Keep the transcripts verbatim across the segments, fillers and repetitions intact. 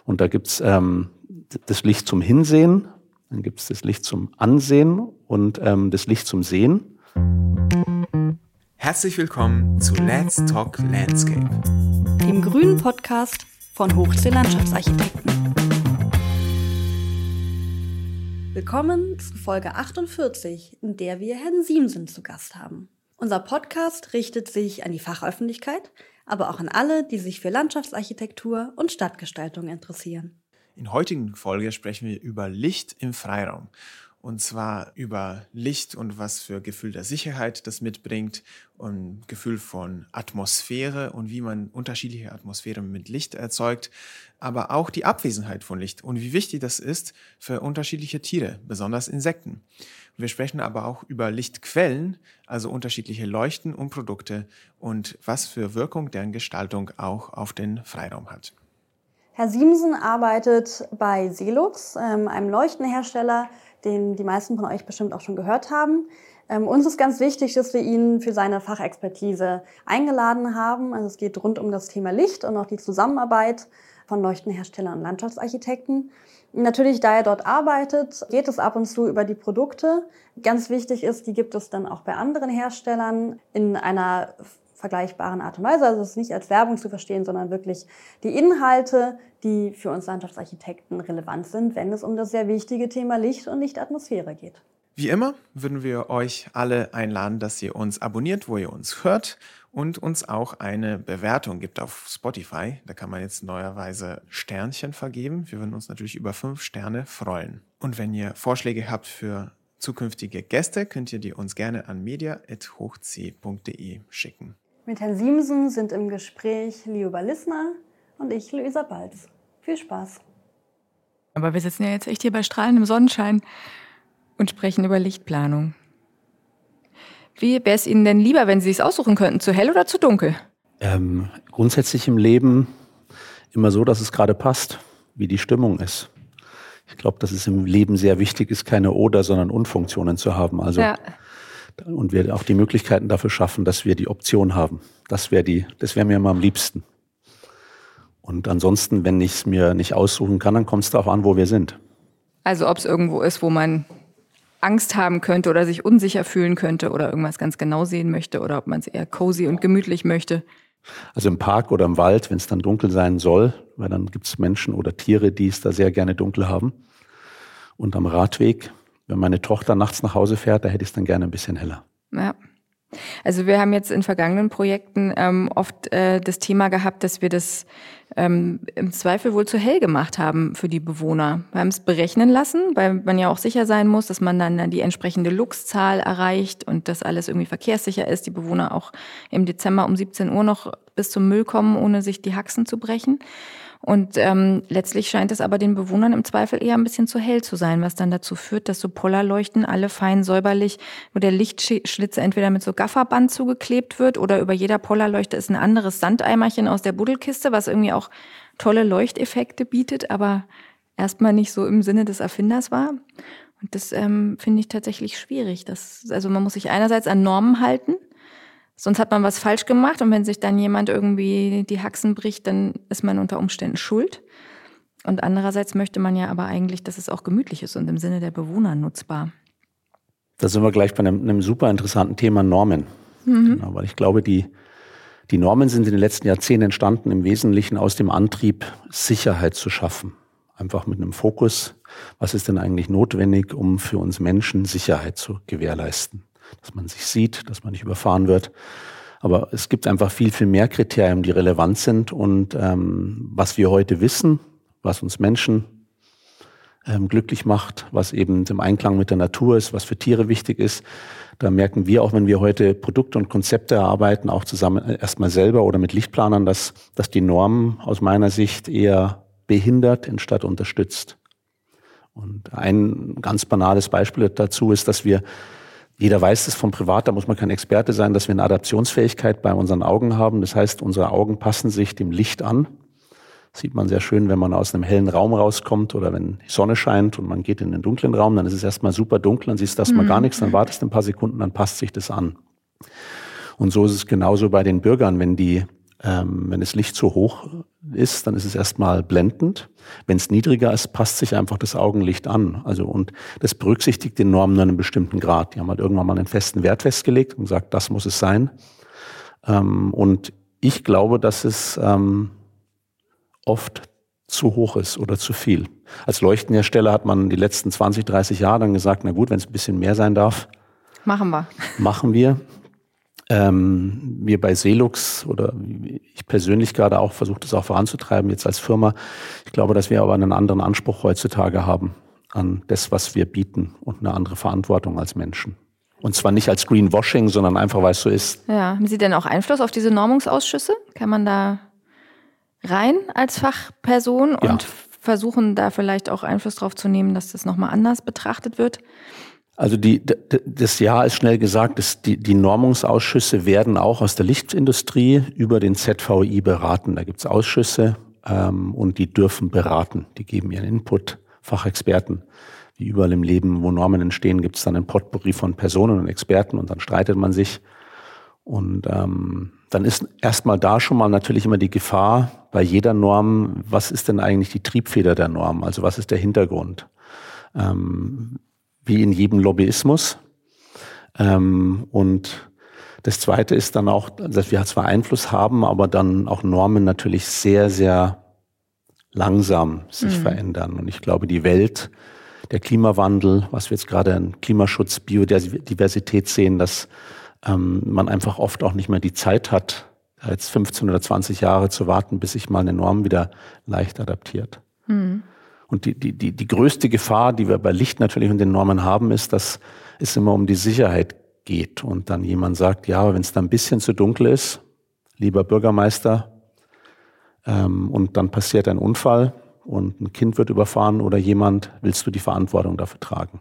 Und da gibt's ähm, das Licht zum Hinsehen, dann gibt's das Licht zum Ansehen und ähm, das Licht zum Sehen. Herzlich willkommen zu Let's Talk Landscape, dem grünen Podcast von Hochsee Landschaftsarchitekten. Willkommen zu Folge achtundvierzig, in der wir Herrn Siemsen zu Gast haben. Unser Podcast richtet sich an die Fachöffentlichkeit, aber auch an alle, die sich für Landschaftsarchitektur und Stadtgestaltung interessieren. In der heutigen Folge sprechen wir über Licht im Freiraum. Und zwar über Licht und was für Gefühl der Sicherheit das mitbringt und Gefühl von Atmosphäre und wie man unterschiedliche Atmosphären mit Licht erzeugt, aber auch die Abwesenheit von Licht und wie wichtig das ist für unterschiedliche Tiere, besonders Insekten. Wir sprechen aber auch über Lichtquellen, also unterschiedliche Leuchten und Produkte und was für Wirkung deren Gestaltung auch auf den Freiraum hat. Herr Siemsen arbeitet bei Selux, einem Leuchtenhersteller, den die meisten von euch bestimmt auch schon gehört haben. Ähm, uns ist ganz wichtig, dass wir ihn für seine Fachexpertise eingeladen haben. Also es geht rund um das Thema Licht und auch die Zusammenarbeit von Leuchtenherstellern und Landschaftsarchitekten. Und natürlich, da er dort arbeitet, geht es ab und zu über die Produkte. Ganz wichtig ist, die gibt es dann auch bei anderen Herstellern in einer vergleichbaren Art und Weise. Also es ist nicht als Werbung zu verstehen, sondern wirklich die Inhalte, die für uns Landschaftsarchitekten relevant sind, wenn es um das sehr wichtige Thema Licht und Lichtatmosphäre geht. Wie immer würden wir euch alle einladen, dass ihr uns abonniert, wo ihr uns hört und uns auch eine Bewertung gibt auf Spotify. Da kann man jetzt neuerweise Sternchen vergeben. Wir würden uns natürlich über fünf Sterne freuen. Und wenn ihr Vorschläge habt für zukünftige Gäste, könnt ihr die uns gerne an media at hochsee punkt de schicken. Mit Herrn Siemsen sind im Gespräch Leo Balisner und ich, Luisa Balz. Viel Spaß. Aber wir sitzen ja jetzt echt hier bei strahlendem Sonnenschein und sprechen über Lichtplanung. Wie wäre es Ihnen denn lieber, wenn Sie es aussuchen könnten, zu hell oder zu dunkel? Ähm, grundsätzlich im Leben immer so, dass es gerade passt, wie die Stimmung ist. Ich glaube, dass es im Leben sehr wichtig ist, keine Oder, sondern Und-Funktionen zu haben. Also ja. Und wir auch die Möglichkeiten dafür schaffen, dass wir die Option haben. Das wäre die, das wäre mir immer am liebsten. Und ansonsten, wenn ich es mir nicht aussuchen kann, dann kommt es darauf an, wo wir sind. Also ob es irgendwo ist, wo man Angst haben könnte oder sich unsicher fühlen könnte oder irgendwas ganz genau sehen möchte oder ob man es eher cozy und gemütlich möchte. Also im Park oder im Wald, wenn es dann dunkel sein soll, weil dann gibt es Menschen oder Tiere, die es da sehr gerne dunkel haben. Und am Radweg, wenn meine Tochter nachts nach Hause fährt, da hätte ich es dann gerne ein bisschen heller. Ja. Also wir haben jetzt in vergangenen Projekten ähm, oft äh, das Thema gehabt, dass wir das ähm, im Zweifel wohl zu hell gemacht haben für die Bewohner. Wir haben es berechnen lassen, weil man ja auch sicher sein muss, dass man dann die entsprechende Luxzahl erreicht und dass alles irgendwie verkehrssicher ist, die Bewohner auch im Dezember um siebzehn Uhr noch bis zum Müll kommen, ohne sich die Haxen zu brechen. Und ähm, letztlich scheint es aber den Bewohnern im Zweifel eher ein bisschen zu hell zu sein, was dann dazu führt, dass so Pollerleuchten alle fein säuberlich, wo der Lichtschlitz entweder mit so Gafferband zugeklebt wird oder über jeder Pollerleuchte ist ein anderes Sandeimerchen aus der Buddelkiste, was irgendwie auch tolle Leuchteffekte bietet, aber erstmal nicht so im Sinne des Erfinders war. Und das ähm, finde ich tatsächlich schwierig. Das, also man muss sich einerseits an Normen halten, sonst hat man was falsch gemacht und wenn sich dann jemand irgendwie die Haxen bricht, dann ist man unter Umständen schuld. Und andererseits möchte man ja aber eigentlich, dass es auch gemütlich ist und im Sinne der Bewohner nutzbar. Da sind wir gleich bei einem, einem super interessanten Thema Normen. Mhm. Genau, weil ich glaube, die, die Normen sind in den letzten Jahrzehnten entstanden, im Wesentlichen aus dem Antrieb, Sicherheit zu schaffen. Einfach mit einem Fokus, was ist denn eigentlich notwendig, um für uns Menschen Sicherheit zu gewährleisten. Dass man sich sieht, dass man nicht überfahren wird. Aber es gibt einfach viel, viel mehr Kriterien, die relevant sind. Und ähm, was wir heute wissen, was uns Menschen ähm, glücklich macht, was eben im Einklang mit der Natur ist, was für Tiere wichtig ist, da merken wir auch, wenn wir heute Produkte und Konzepte erarbeiten, auch zusammen erstmal selber oder mit Lichtplanern, dass, dass die Norm aus meiner Sicht eher behindert, anstatt unterstützt. Und ein ganz banales Beispiel dazu ist, dass wir Jeder weiß es vom Privat, da muss man kein Experte sein, dass wir eine Adaptionsfähigkeit bei unseren Augen haben. Das heißt, unsere Augen passen sich dem Licht an. Das sieht man sehr schön, wenn man aus einem hellen Raum rauskommt oder wenn die Sonne scheint und man geht in den dunklen Raum, dann ist es erstmal super dunkel, dann siehst du erstmal mhm. gar nichts, dann wartest du ein paar Sekunden, dann passt sich das an. Und so ist es genauso bei den Bürgern, wenn die ähm, wenn das Licht zu hoch ist, dann ist es erstmal blendend. Wenn es niedriger ist, passt sich einfach das Augenlicht an. Also und das berücksichtigt den Normen nur einen bestimmten Grad. Die haben halt irgendwann mal einen festen Wert festgelegt und gesagt, das muss es sein. Ähm, und ich glaube, dass es ähm, oft zu hoch ist oder zu viel. Als Leuchtenhersteller hat man die letzten zwanzig, dreißig Jahre dann gesagt, na gut, wenn es ein bisschen mehr sein darf, machen wir. Machen wir. Ähm, wir bei Selux oder ich persönlich gerade auch versuche das auch voranzutreiben jetzt als Firma. Ich glaube, dass wir aber einen anderen Anspruch heutzutage haben an das, was wir bieten und eine andere Verantwortung als Menschen. Und zwar nicht als Greenwashing, sondern einfach, weil es so ist. Ja, haben Sie denn auch Einfluss auf diese Normungsausschüsse? Kann man da rein als Fachperson Ja. und versuchen, da vielleicht auch Einfluss drauf zu nehmen, dass das nochmal anders betrachtet wird? Also die, das Jahr ist schnell gesagt, dass die, die Normungsausschüsse werden auch aus der Lichtindustrie über den Z V I beraten. Da gibt's Ausschüsse ähm, und die dürfen beraten. Die geben ihren Input, Fachexperten. Wie überall im Leben, wo Normen entstehen, gibt's dann ein Potpourri von Personen und Experten und dann streitet man sich. Und ähm, dann ist erstmal da schon mal natürlich immer die Gefahr bei jeder Norm, was ist denn eigentlich die Triebfeder der Norm? Also was ist der Hintergrund? Ähm, wie in jedem Lobbyismus. Ähm, und das Zweite ist dann auch, dass wir zwar Einfluss haben, aber dann auch Normen natürlich sehr, sehr langsam sich mhm. verändern. Und ich glaube, die Welt, der Klimawandel, was wir jetzt gerade an Klimaschutz, Biodiversität sehen, dass ähm, man einfach oft auch nicht mehr die Zeit hat, jetzt fünfzehn oder zwanzig Jahre zu warten, bis sich mal eine Norm wieder leicht adaptiert. Mhm. Und die, die, die, die größte Gefahr, die wir bei Licht natürlich und den Normen haben, ist, dass es immer um die Sicherheit geht. Und dann jemand sagt, ja, wenn es da ein bisschen zu dunkel ist, lieber Bürgermeister, ähm, und dann passiert ein Unfall und ein Kind wird überfahren oder jemand, willst du die Verantwortung dafür tragen?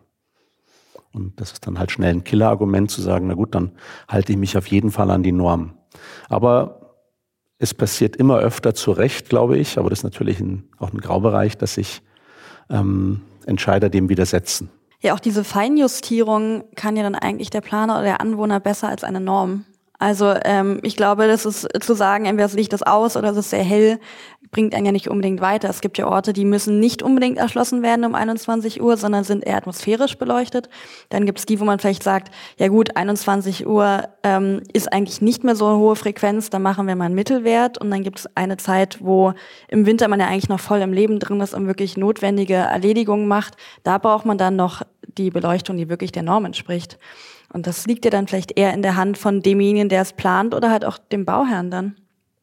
Und das ist dann halt schnell ein Killerargument zu sagen, na gut, dann halte ich mich auf jeden Fall an die Norm. Aber es passiert immer öfter zu Recht, glaube ich, aber das ist natürlich ein, auch ein Graubereich, dass sich ähm, Entscheider dem widersetzen. Ja, auch diese Feinjustierung kann ja dann eigentlich der Planer oder der Anwohner besser als eine Norm. Also ähm, ich glaube, das ist zu sagen, entweder das Licht ist aus oder es ist sehr hell, bringt einen ja nicht unbedingt weiter. Es gibt ja Orte, die müssen nicht unbedingt erschlossen werden um einundzwanzig Uhr, sondern sind eher atmosphärisch beleuchtet. Dann gibt es die, wo man vielleicht sagt, ja gut, einundzwanzig Uhr ähm, ist eigentlich nicht mehr so eine hohe Frequenz, da machen wir mal einen Mittelwert. Und dann gibt es eine Zeit, wo im Winter man ja eigentlich noch voll im Leben drin ist und wirklich notwendige Erledigungen macht. Da braucht man dann noch die Beleuchtung, die wirklich der Norm entspricht. Und das liegt ja dann vielleicht eher in der Hand von demjenigen, der es plant oder halt auch dem Bauherrn dann.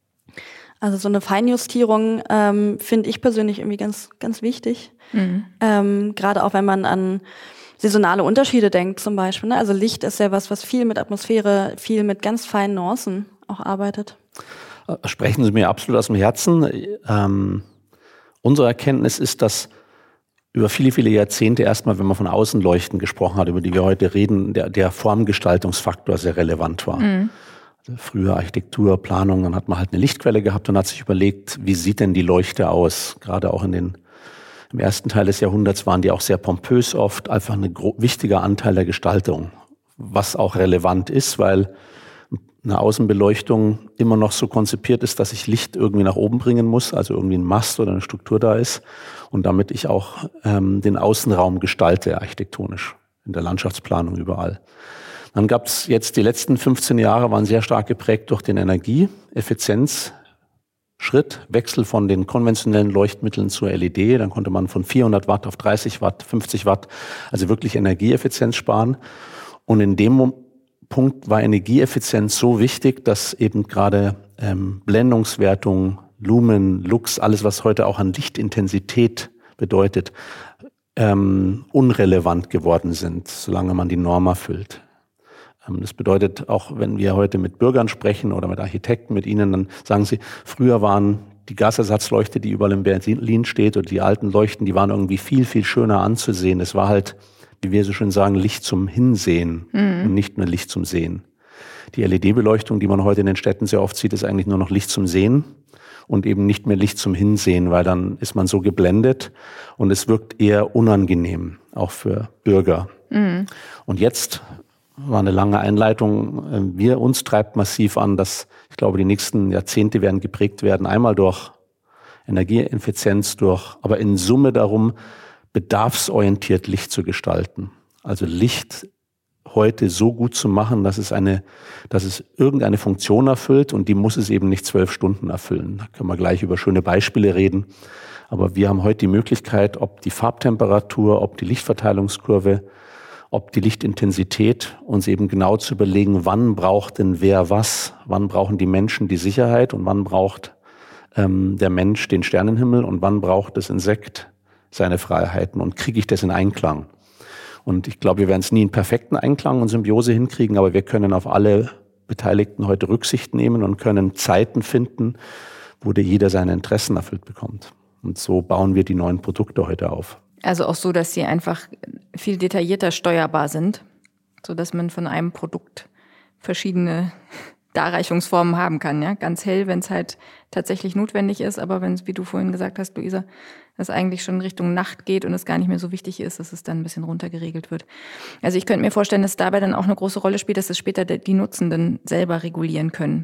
Also so eine Feinjustierung ähm, finde ich persönlich irgendwie ganz ganz wichtig. Mhm. Ähm, gerade auch wenn man an saisonale Unterschiede denkt zum Beispiel. Ne? Also Licht ist ja was, was viel mit Atmosphäre, viel mit ganz feinen Nuancen auch arbeitet. Sprechen Sie mir absolut aus dem Herzen. Ähm, unsere Erkenntnis ist, dass über viele, viele Jahrzehnte erstmal, wenn man von Außenleuchten gesprochen hat, über die wir heute reden, der, der Formgestaltungsfaktor sehr relevant war. Mhm. Also früher Architektur, Planung, dann hat man halt eine Lichtquelle gehabt und hat sich überlegt, wie sieht denn die Leuchte aus? Gerade auch in den, im ersten Teil des Jahrhunderts waren die auch sehr pompös oft, einfach ein wichtiger Anteil der Gestaltung, was auch relevant ist, weil eine Außenbeleuchtung immer noch so konzipiert ist, dass ich Licht irgendwie nach oben bringen muss, also irgendwie ein Mast oder eine Struktur da ist und damit ich auch ähm, den Außenraum gestalte, architektonisch, in der Landschaftsplanung überall. Dann gab es jetzt die letzten fünfzehn Jahre, waren sehr stark geprägt durch den Energieeffizienzschritt, Wechsel von den konventionellen Leuchtmitteln zur L E D, dann konnte man von vierhundert Watt auf dreißig Watt, fünfzig Watt, also wirklich Energieeffizienz sparen und in dem Moment Punkt war Energieeffizienz so wichtig, dass eben gerade ähm, Blendungswertung, Lumen, Lux, alles was heute auch an Lichtintensität bedeutet, ähm, unrelevant geworden sind, solange man die Norm erfüllt. Ähm, das bedeutet auch, wenn wir heute mit Bürgern sprechen oder mit Architekten, mit ihnen, dann sagen sie, früher waren die Gasersatzleuchte, die überall in Berlin steht, oder die alten Leuchten, die waren irgendwie viel, viel schöner anzusehen. Es war halt, wie wir so schön sagen, Licht zum Hinsehen mhm. und nicht nur Licht zum Sehen. Die L E D-Beleuchtung, die man heute in den Städten sehr oft sieht, ist eigentlich nur noch Licht zum Sehen und eben nicht mehr Licht zum Hinsehen, weil dann ist man so geblendet und es wirkt eher unangenehm, auch für Bürger. Mhm. Und jetzt war eine lange Einleitung. Wir, uns treibt massiv an, dass ich glaube, die nächsten Jahrzehnte werden geprägt werden, einmal durch Energieeffizienz, durch, aber in Summe darum, bedarfsorientiert Licht zu gestalten. Also Licht heute so gut zu machen, dass es eine, dass es irgendeine Funktion erfüllt und die muss es eben nicht zwölf Stunden erfüllen. Da können wir gleich über schöne Beispiele reden. Aber wir haben heute die Möglichkeit, ob die Farbtemperatur, ob die Lichtverteilungskurve, ob die Lichtintensität, uns eben genau zu überlegen, wann braucht denn wer was, wann brauchen die Menschen die Sicherheit und wann braucht ähm, der Mensch den Sternenhimmel und wann braucht das Insekt seine Freiheiten und kriege ich das in Einklang. Und ich glaube, wir werden es nie in perfekten Einklang und Symbiose hinkriegen, aber wir können auf alle Beteiligten heute Rücksicht nehmen und können Zeiten finden, wo jeder seine Interessen erfüllt bekommt. Und so bauen wir die neuen Produkte heute auf. Also auch so, dass sie einfach viel detaillierter steuerbar sind, sodass man von einem Produkt verschiedene Darreichungsformen haben kann. Ja? Ganz hell, wenn es halt tatsächlich notwendig ist, aber wenn es, wie du vorhin gesagt hast, Luisa, es eigentlich schon in Richtung Nacht geht und es gar nicht mehr so wichtig ist, dass es dann ein bisschen runtergeregelt wird. Also ich könnte mir vorstellen, dass dabei dann auch eine große Rolle spielt, dass es später die Nutzenden selber regulieren können.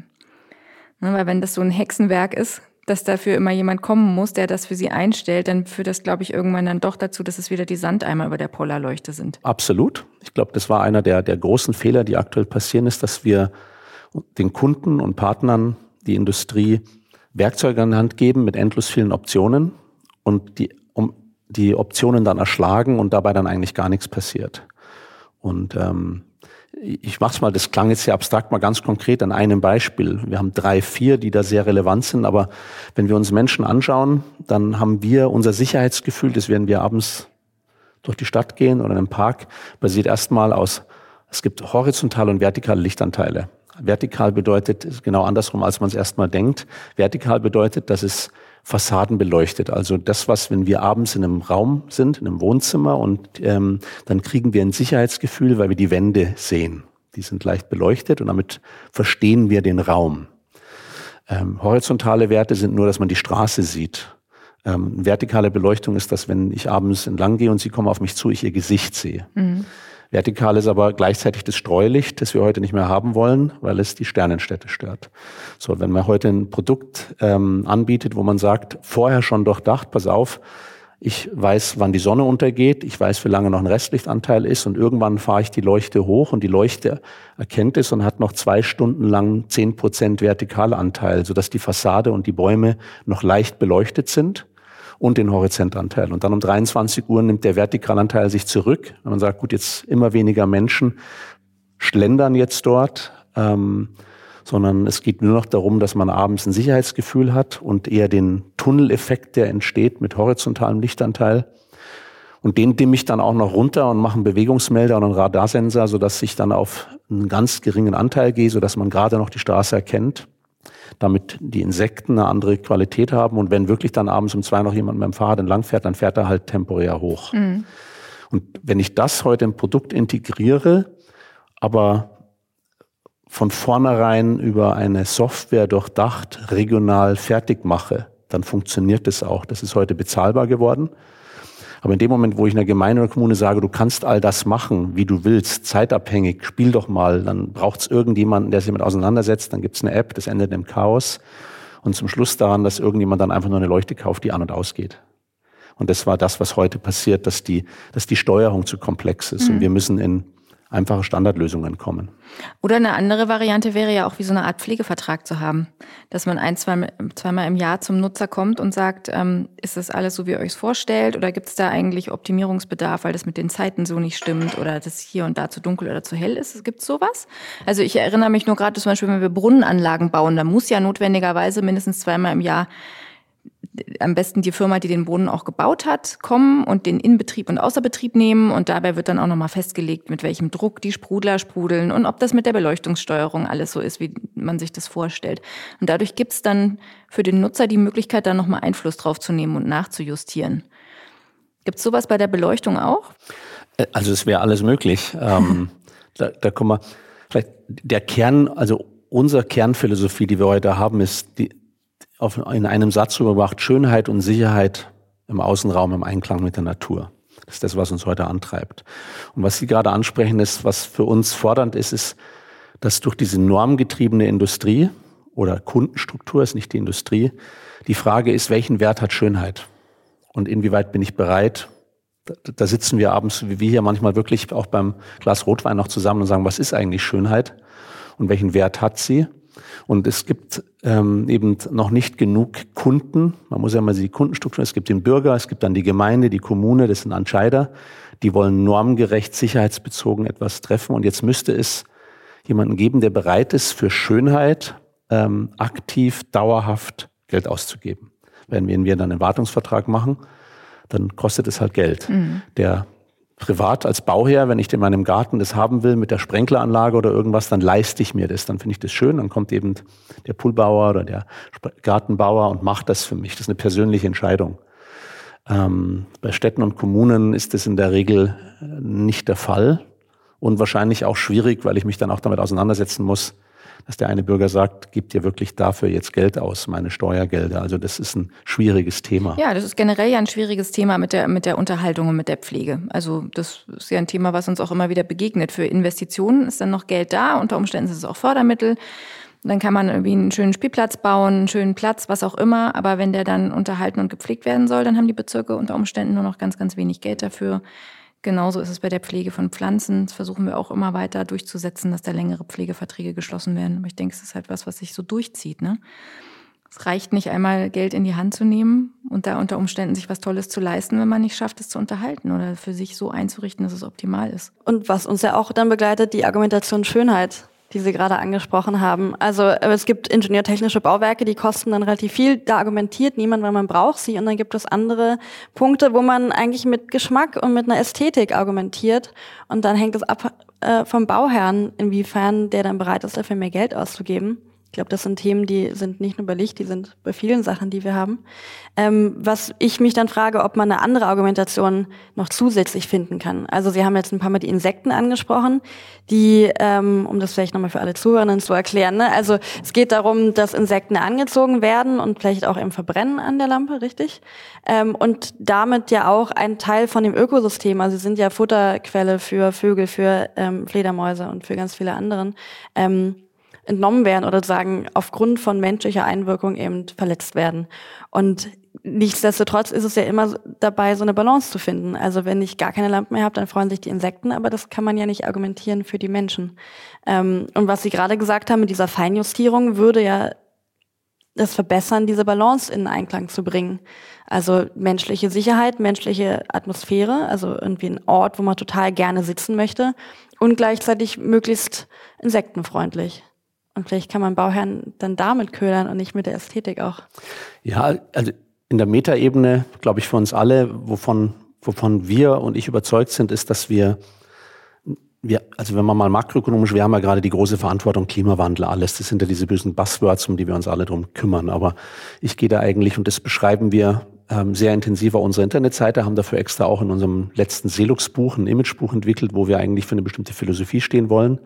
Ne, weil wenn das so ein Hexenwerk ist, dass dafür immer jemand kommen muss, der das für sie einstellt, dann führt das, glaube ich, irgendwann dann doch dazu, dass es wieder die Sandeimer über der Polarleuchte sind. Absolut. Ich glaube, das war einer der, der großen Fehler, die aktuell passieren, ist, dass wir den Kunden und Partnern, die Industrie, Werkzeuge an die Hand geben mit endlos vielen Optionen und die, um, die Optionen dann erschlagen und dabei dann eigentlich gar nichts passiert. Und ähm, ich mache es mal, das klang jetzt sehr abstrakt, mal ganz konkret an einem Beispiel. Wir haben drei, vier, die da sehr relevant sind, aber wenn wir uns Menschen anschauen, dann haben wir unser Sicherheitsgefühl, das werden wir abends durch die Stadt gehen oder in einem Park, basiert erstmal aus, es gibt horizontale und vertikale Lichtanteile. Vertikal bedeutet, ist genau andersrum, als man es erstmal denkt. Vertikal bedeutet, dass es Fassaden beleuchtet. Also das, was, wenn wir abends in einem Raum sind, in einem Wohnzimmer, und ähm, dann kriegen wir ein Sicherheitsgefühl, weil wir die Wände sehen. Die sind leicht beleuchtet und damit verstehen wir den Raum. Ähm, horizontale Werte sind nur, dass man die Straße sieht. Ähm, vertikale Beleuchtung ist, dass wenn ich abends entlang gehe und Sie kommen auf mich zu, ich Ihr Gesicht sehe. Mhm. Vertikal ist aber gleichzeitig das Streulicht, das wir heute nicht mehr haben wollen, weil es die Sternenstädte stört. So, wenn man heute ein Produkt ähm, anbietet, wo man sagt, vorher schon durchdacht, pass auf, ich weiß, wann die Sonne untergeht, ich weiß, wie lange noch ein Restlichtanteil ist und irgendwann fahre ich die Leuchte hoch und die Leuchte erkennt es und hat noch zwei Stunden lang zehn Prozent Vertikalanteil, sodass die Fassade und die Bäume noch leicht beleuchtet sind. Und den Horizontanteil. Und dann um dreiundzwanzig Uhr nimmt der Vertikalanteil sich zurück. Und man sagt, gut, jetzt immer weniger Menschen schlendern jetzt dort, ähm, sondern es geht nur noch darum, dass man abends ein Sicherheitsgefühl hat und eher den Tunneleffekt, der entsteht mit horizontalem Lichtanteil. Und den dimme ich dann auch noch runter und mache einen Bewegungsmelder und einen Radarsensor, sodass ich dann auf einen ganz geringen Anteil gehe, sodass man gerade noch die Straße erkennt, damit die Insekten eine andere Qualität haben. Und wenn wirklich dann abends um zwei noch jemand mit dem Fahrrad entlang fährt, dann fährt er halt temporär hoch. Mhm. Und wenn ich das heute im Produkt integriere, aber von vornherein über eine Software durchdacht, regional fertig mache, dann funktioniert das auch. Das ist heute bezahlbar geworden. Aber in dem Moment, wo ich einer Gemeinde oder Kommune sage, du kannst all das machen, wie du willst, zeitabhängig, spiel doch mal, dann braucht es irgendjemanden, der sich damit auseinandersetzt, dann gibt es eine App, das endet im Chaos und zum Schluss daran, dass irgendjemand dann einfach nur eine Leuchte kauft, die an- und ausgeht. Und das war das, was heute passiert, dass die, dass die Steuerung zu komplex ist. Mhm. Und wir müssen in einfache Standardlösungen kommen. Oder eine andere Variante wäre ja auch wie so eine Art Pflegevertrag zu haben, dass man ein, zwei, zweimal im Jahr zum Nutzer kommt und sagt, ähm, ist das alles so, wie ihr euch es vorstellt, oder gibt es da eigentlich Optimierungsbedarf, weil das mit den Zeiten so nicht stimmt oder das hier und da zu dunkel oder zu hell ist? Gibt es sowas? Also ich erinnere mich nur gerade zum Beispiel, wenn wir Brunnenanlagen bauen, da muss ja notwendigerweise mindestens zweimal im Jahr am besten die Firma, die den Brunnen auch gebaut hat, kommen und den Inbetrieb und Außerbetrieb nehmen. Und dabei wird dann auch nochmal festgelegt, mit welchem Druck die Sprudler sprudeln und ob das mit der Beleuchtungssteuerung alles so ist, wie man sich das vorstellt. Und dadurch gibt es dann für den Nutzer die Möglichkeit, da nochmal Einfluss drauf zu nehmen und nachzujustieren. Gibt es sowas bei der Beleuchtung auch? Also es wäre alles möglich. ähm, da, da kommen wir, vielleicht der Kern, also unsere Kernphilosophie, die wir heute haben, ist die, auf, in einem Satz rübergebracht, Schönheit und Sicherheit im Außenraum im Einklang mit der Natur. Das ist das, was uns heute antreibt. Und was Sie gerade ansprechen, ist, was für uns fordernd ist, ist, dass durch diese normgetriebene Industrie oder Kundenstruktur, ist nicht die Industrie, die Frage ist, welchen Wert hat Schönheit? Und inwieweit bin ich bereit? Da, da sitzen wir abends, wie wir hier manchmal wirklich auch beim Glas Rotwein noch zusammen und sagen, was ist eigentlich Schönheit? Und welchen Wert hat sie? Und es gibt ähm, eben noch nicht genug Kunden. Man muss ja mal die Kundenstruktur, es gibt den Bürger, es gibt dann die Gemeinde, die Kommune, das sind Entscheider. Die wollen normgerecht, sicherheitsbezogen etwas treffen. Und jetzt müsste es jemanden geben, der bereit ist, für Schönheit ähm, aktiv, dauerhaft Geld auszugeben. Wenn wir, wenn wir dann einen Wartungsvertrag machen, dann kostet es halt Geld. Mhm. Der privat als Bauherr, wenn ich in meinem Garten das haben will mit der Sprenkleranlage oder irgendwas, dann leiste ich mir das, dann finde ich das schön, dann kommt eben der Poolbauer oder der Gartenbauer und macht das für mich. Das ist eine persönliche Entscheidung. Ähm, bei Städten und Kommunen ist das in der Regel nicht der Fall und wahrscheinlich auch schwierig, weil ich mich dann auch damit auseinandersetzen muss, dass der eine Bürger sagt, gibt dir wirklich dafür jetzt Geld aus, meine Steuergelder. Also das ist ein schwieriges Thema. Ja, das ist generell ja ein schwieriges Thema mit der, mit der Unterhaltung und mit der Pflege. Also das ist ja ein Thema, was uns auch immer wieder begegnet. Für Investitionen ist dann noch Geld da, unter Umständen ist es auch Fördermittel. Dann kann man irgendwie einen schönen Spielplatz bauen, einen schönen Platz, was auch immer. Aber wenn der dann unterhalten und gepflegt werden soll, dann haben die Bezirke unter Umständen nur noch ganz, ganz wenig Geld dafür. Genauso ist es bei der Pflege von Pflanzen. Das versuchen wir auch immer weiter durchzusetzen, dass da längere Pflegeverträge geschlossen werden. Aber ich denke, es ist halt was, was sich so durchzieht, ne? Es reicht nicht einmal, Geld in die Hand zu nehmen und da unter Umständen sich was Tolles zu leisten, wenn man nicht schafft, es zu unterhalten oder für sich so einzurichten, dass es optimal ist. Und was uns ja auch dann begleitet, die Argumentation Schönheit, die Sie gerade angesprochen haben. Also es gibt ingenieurtechnische Bauwerke, die kosten dann relativ viel. Da argumentiert niemand, weil man braucht sie. Und dann gibt es andere Punkte, wo man eigentlich mit Geschmack und mit einer Ästhetik argumentiert. Und dann hängt es ab äh, vom Bauherrn, inwiefern der dann bereit ist, dafür mehr Geld auszugeben. Ich glaube, das sind Themen, die sind nicht nur bei Licht, die sind bei vielen Sachen, die wir haben. Ähm, was ich mich dann frage, ob man eine andere Argumentation noch zusätzlich finden kann. Also Sie haben jetzt ein paar Mal die Insekten angesprochen, die, ähm, um das vielleicht nochmal für alle Zuhörerinnen zu erklären, ne? Also es geht darum, dass Insekten angezogen werden und vielleicht auch im Verbrennen an der Lampe, richtig? Ähm, und damit ja auch ein Teil von dem Ökosystem, also sie sind ja Futterquelle für Vögel, für ähm, Fledermäuse und für ganz viele anderen, ähm, entnommen werden oder sagen, aufgrund von menschlicher Einwirkung eben verletzt werden. Und nichtsdestotrotz ist es ja immer dabei, so eine Balance zu finden. Also wenn ich gar keine Lampen mehr habe, dann freuen sich die Insekten, aber das kann man ja nicht argumentieren für die Menschen. Ähm, und was Sie gerade gesagt haben mit dieser Feinjustierung, würde ja das verbessern, diese Balance in Einklang zu bringen. Also menschliche Sicherheit, menschliche Atmosphäre, also irgendwie ein Ort, wo man total gerne sitzen möchte und gleichzeitig möglichst insektenfreundlich. Und vielleicht kann man Bauherren dann damit ködern und nicht mit der Ästhetik auch. Ja, also in der Metaebene, glaube ich, für uns alle, wovon, wovon wir und ich überzeugt sind, ist, dass wir, wir, also wenn man mal makroökonomisch, wir haben ja gerade die große Verantwortung, Klimawandel, alles. Das sind ja diese bösen Buzzwords, um die wir uns alle drum kümmern. Aber ich gehe da eigentlich, und das beschreiben wir ähm, sehr intensiv auf unserer Internetseite, haben dafür extra auch in unserem letzten Selux-Buch ein Imagebuch entwickelt, wo wir eigentlich für eine bestimmte Philosophie stehen wollen.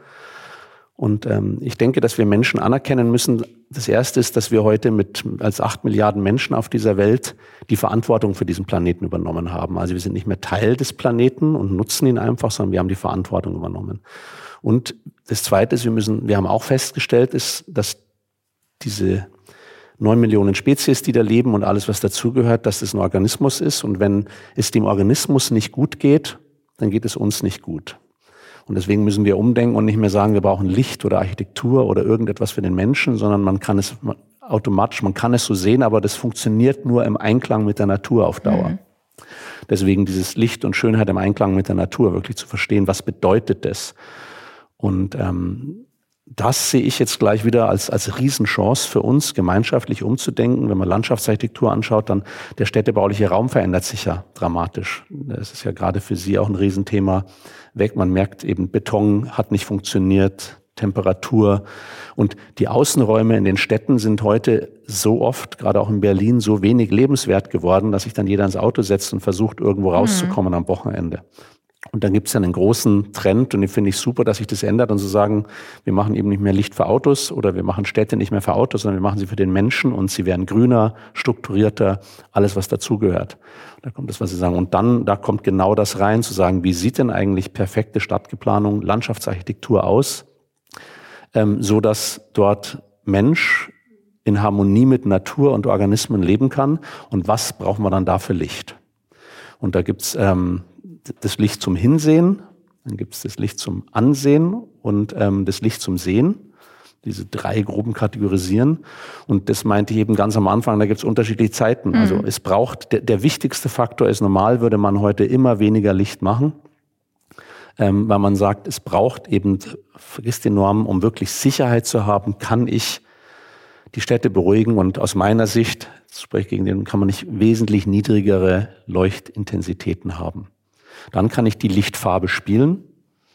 Und ähm, ich denke, dass wir Menschen anerkennen müssen. Das Erste ist, dass wir heute mit als acht Milliarden Menschen auf dieser Welt die Verantwortung für diesen Planeten übernommen haben. Also wir sind nicht mehr Teil des Planeten und nutzen ihn einfach, sondern wir haben die Verantwortung übernommen. Und das Zweite ist, wir müssen, wir haben auch festgestellt, ist, dass diese neun Millionen Spezies, die da leben und alles, was dazugehört, dass es ein Organismus ist. Und wenn es dem Organismus nicht gut geht, dann geht es uns nicht gut. Und deswegen müssen wir umdenken und nicht mehr sagen, wir brauchen Licht oder Architektur oder irgendetwas für den Menschen, sondern man kann es automatisch, man kann es so sehen, aber das funktioniert nur im Einklang mit der Natur auf Dauer. Mhm. Deswegen dieses Licht und Schönheit im Einklang mit der Natur wirklich zu verstehen, was bedeutet das? Und ähm, das sehe ich jetzt gleich wieder als, als Riesenchance für uns, gemeinschaftlich umzudenken. Wenn man Landschaftsarchitektur anschaut, dann der städtebauliche Raum verändert sich ja dramatisch. Das ist ja gerade für Sie auch ein Riesenthema weg. Man merkt eben, Beton hat nicht funktioniert, Temperatur. Und die Außenräume in den Städten sind heute so oft, gerade auch in Berlin, so wenig lebenswert geworden, dass sich dann jeder ins Auto setzt und versucht, irgendwo rauszukommen mhm. am Wochenende. Und dann gibt es ja einen großen Trend und den finde ich super, dass sich das ändert und zu sagen, wir machen eben nicht mehr Licht für Autos oder wir machen Städte nicht mehr für Autos, sondern wir machen sie für den Menschen und sie werden grüner, strukturierter, alles was dazugehört. Da kommt das, was Sie sagen. Und dann, da kommt genau das rein, zu sagen, wie sieht denn eigentlich perfekte Stadtplanung, Landschaftsarchitektur aus, ähm, so dass dort Mensch in Harmonie mit Natur und Organismen leben kann und was brauchen wir dann da für Licht? Und da gibt's ähm, das Licht zum Hinsehen, dann gibt es das Licht zum Ansehen und ähm, das Licht zum Sehen. Diese drei Gruppen kategorisieren. Und das meinte ich eben ganz am Anfang, da gibt es unterschiedliche Zeiten. Mhm. Also es braucht, der, der wichtigste Faktor ist, normal würde man heute immer weniger Licht machen, ähm, weil man sagt, es braucht eben, vergiss die Normen, um wirklich Sicherheit zu haben, kann ich die Städte beruhigen. Und aus meiner Sicht, das spreche ich gegen den, kann man nicht wesentlich niedrigere Leuchtintensitäten haben. Dann kann ich die Lichtfarbe spielen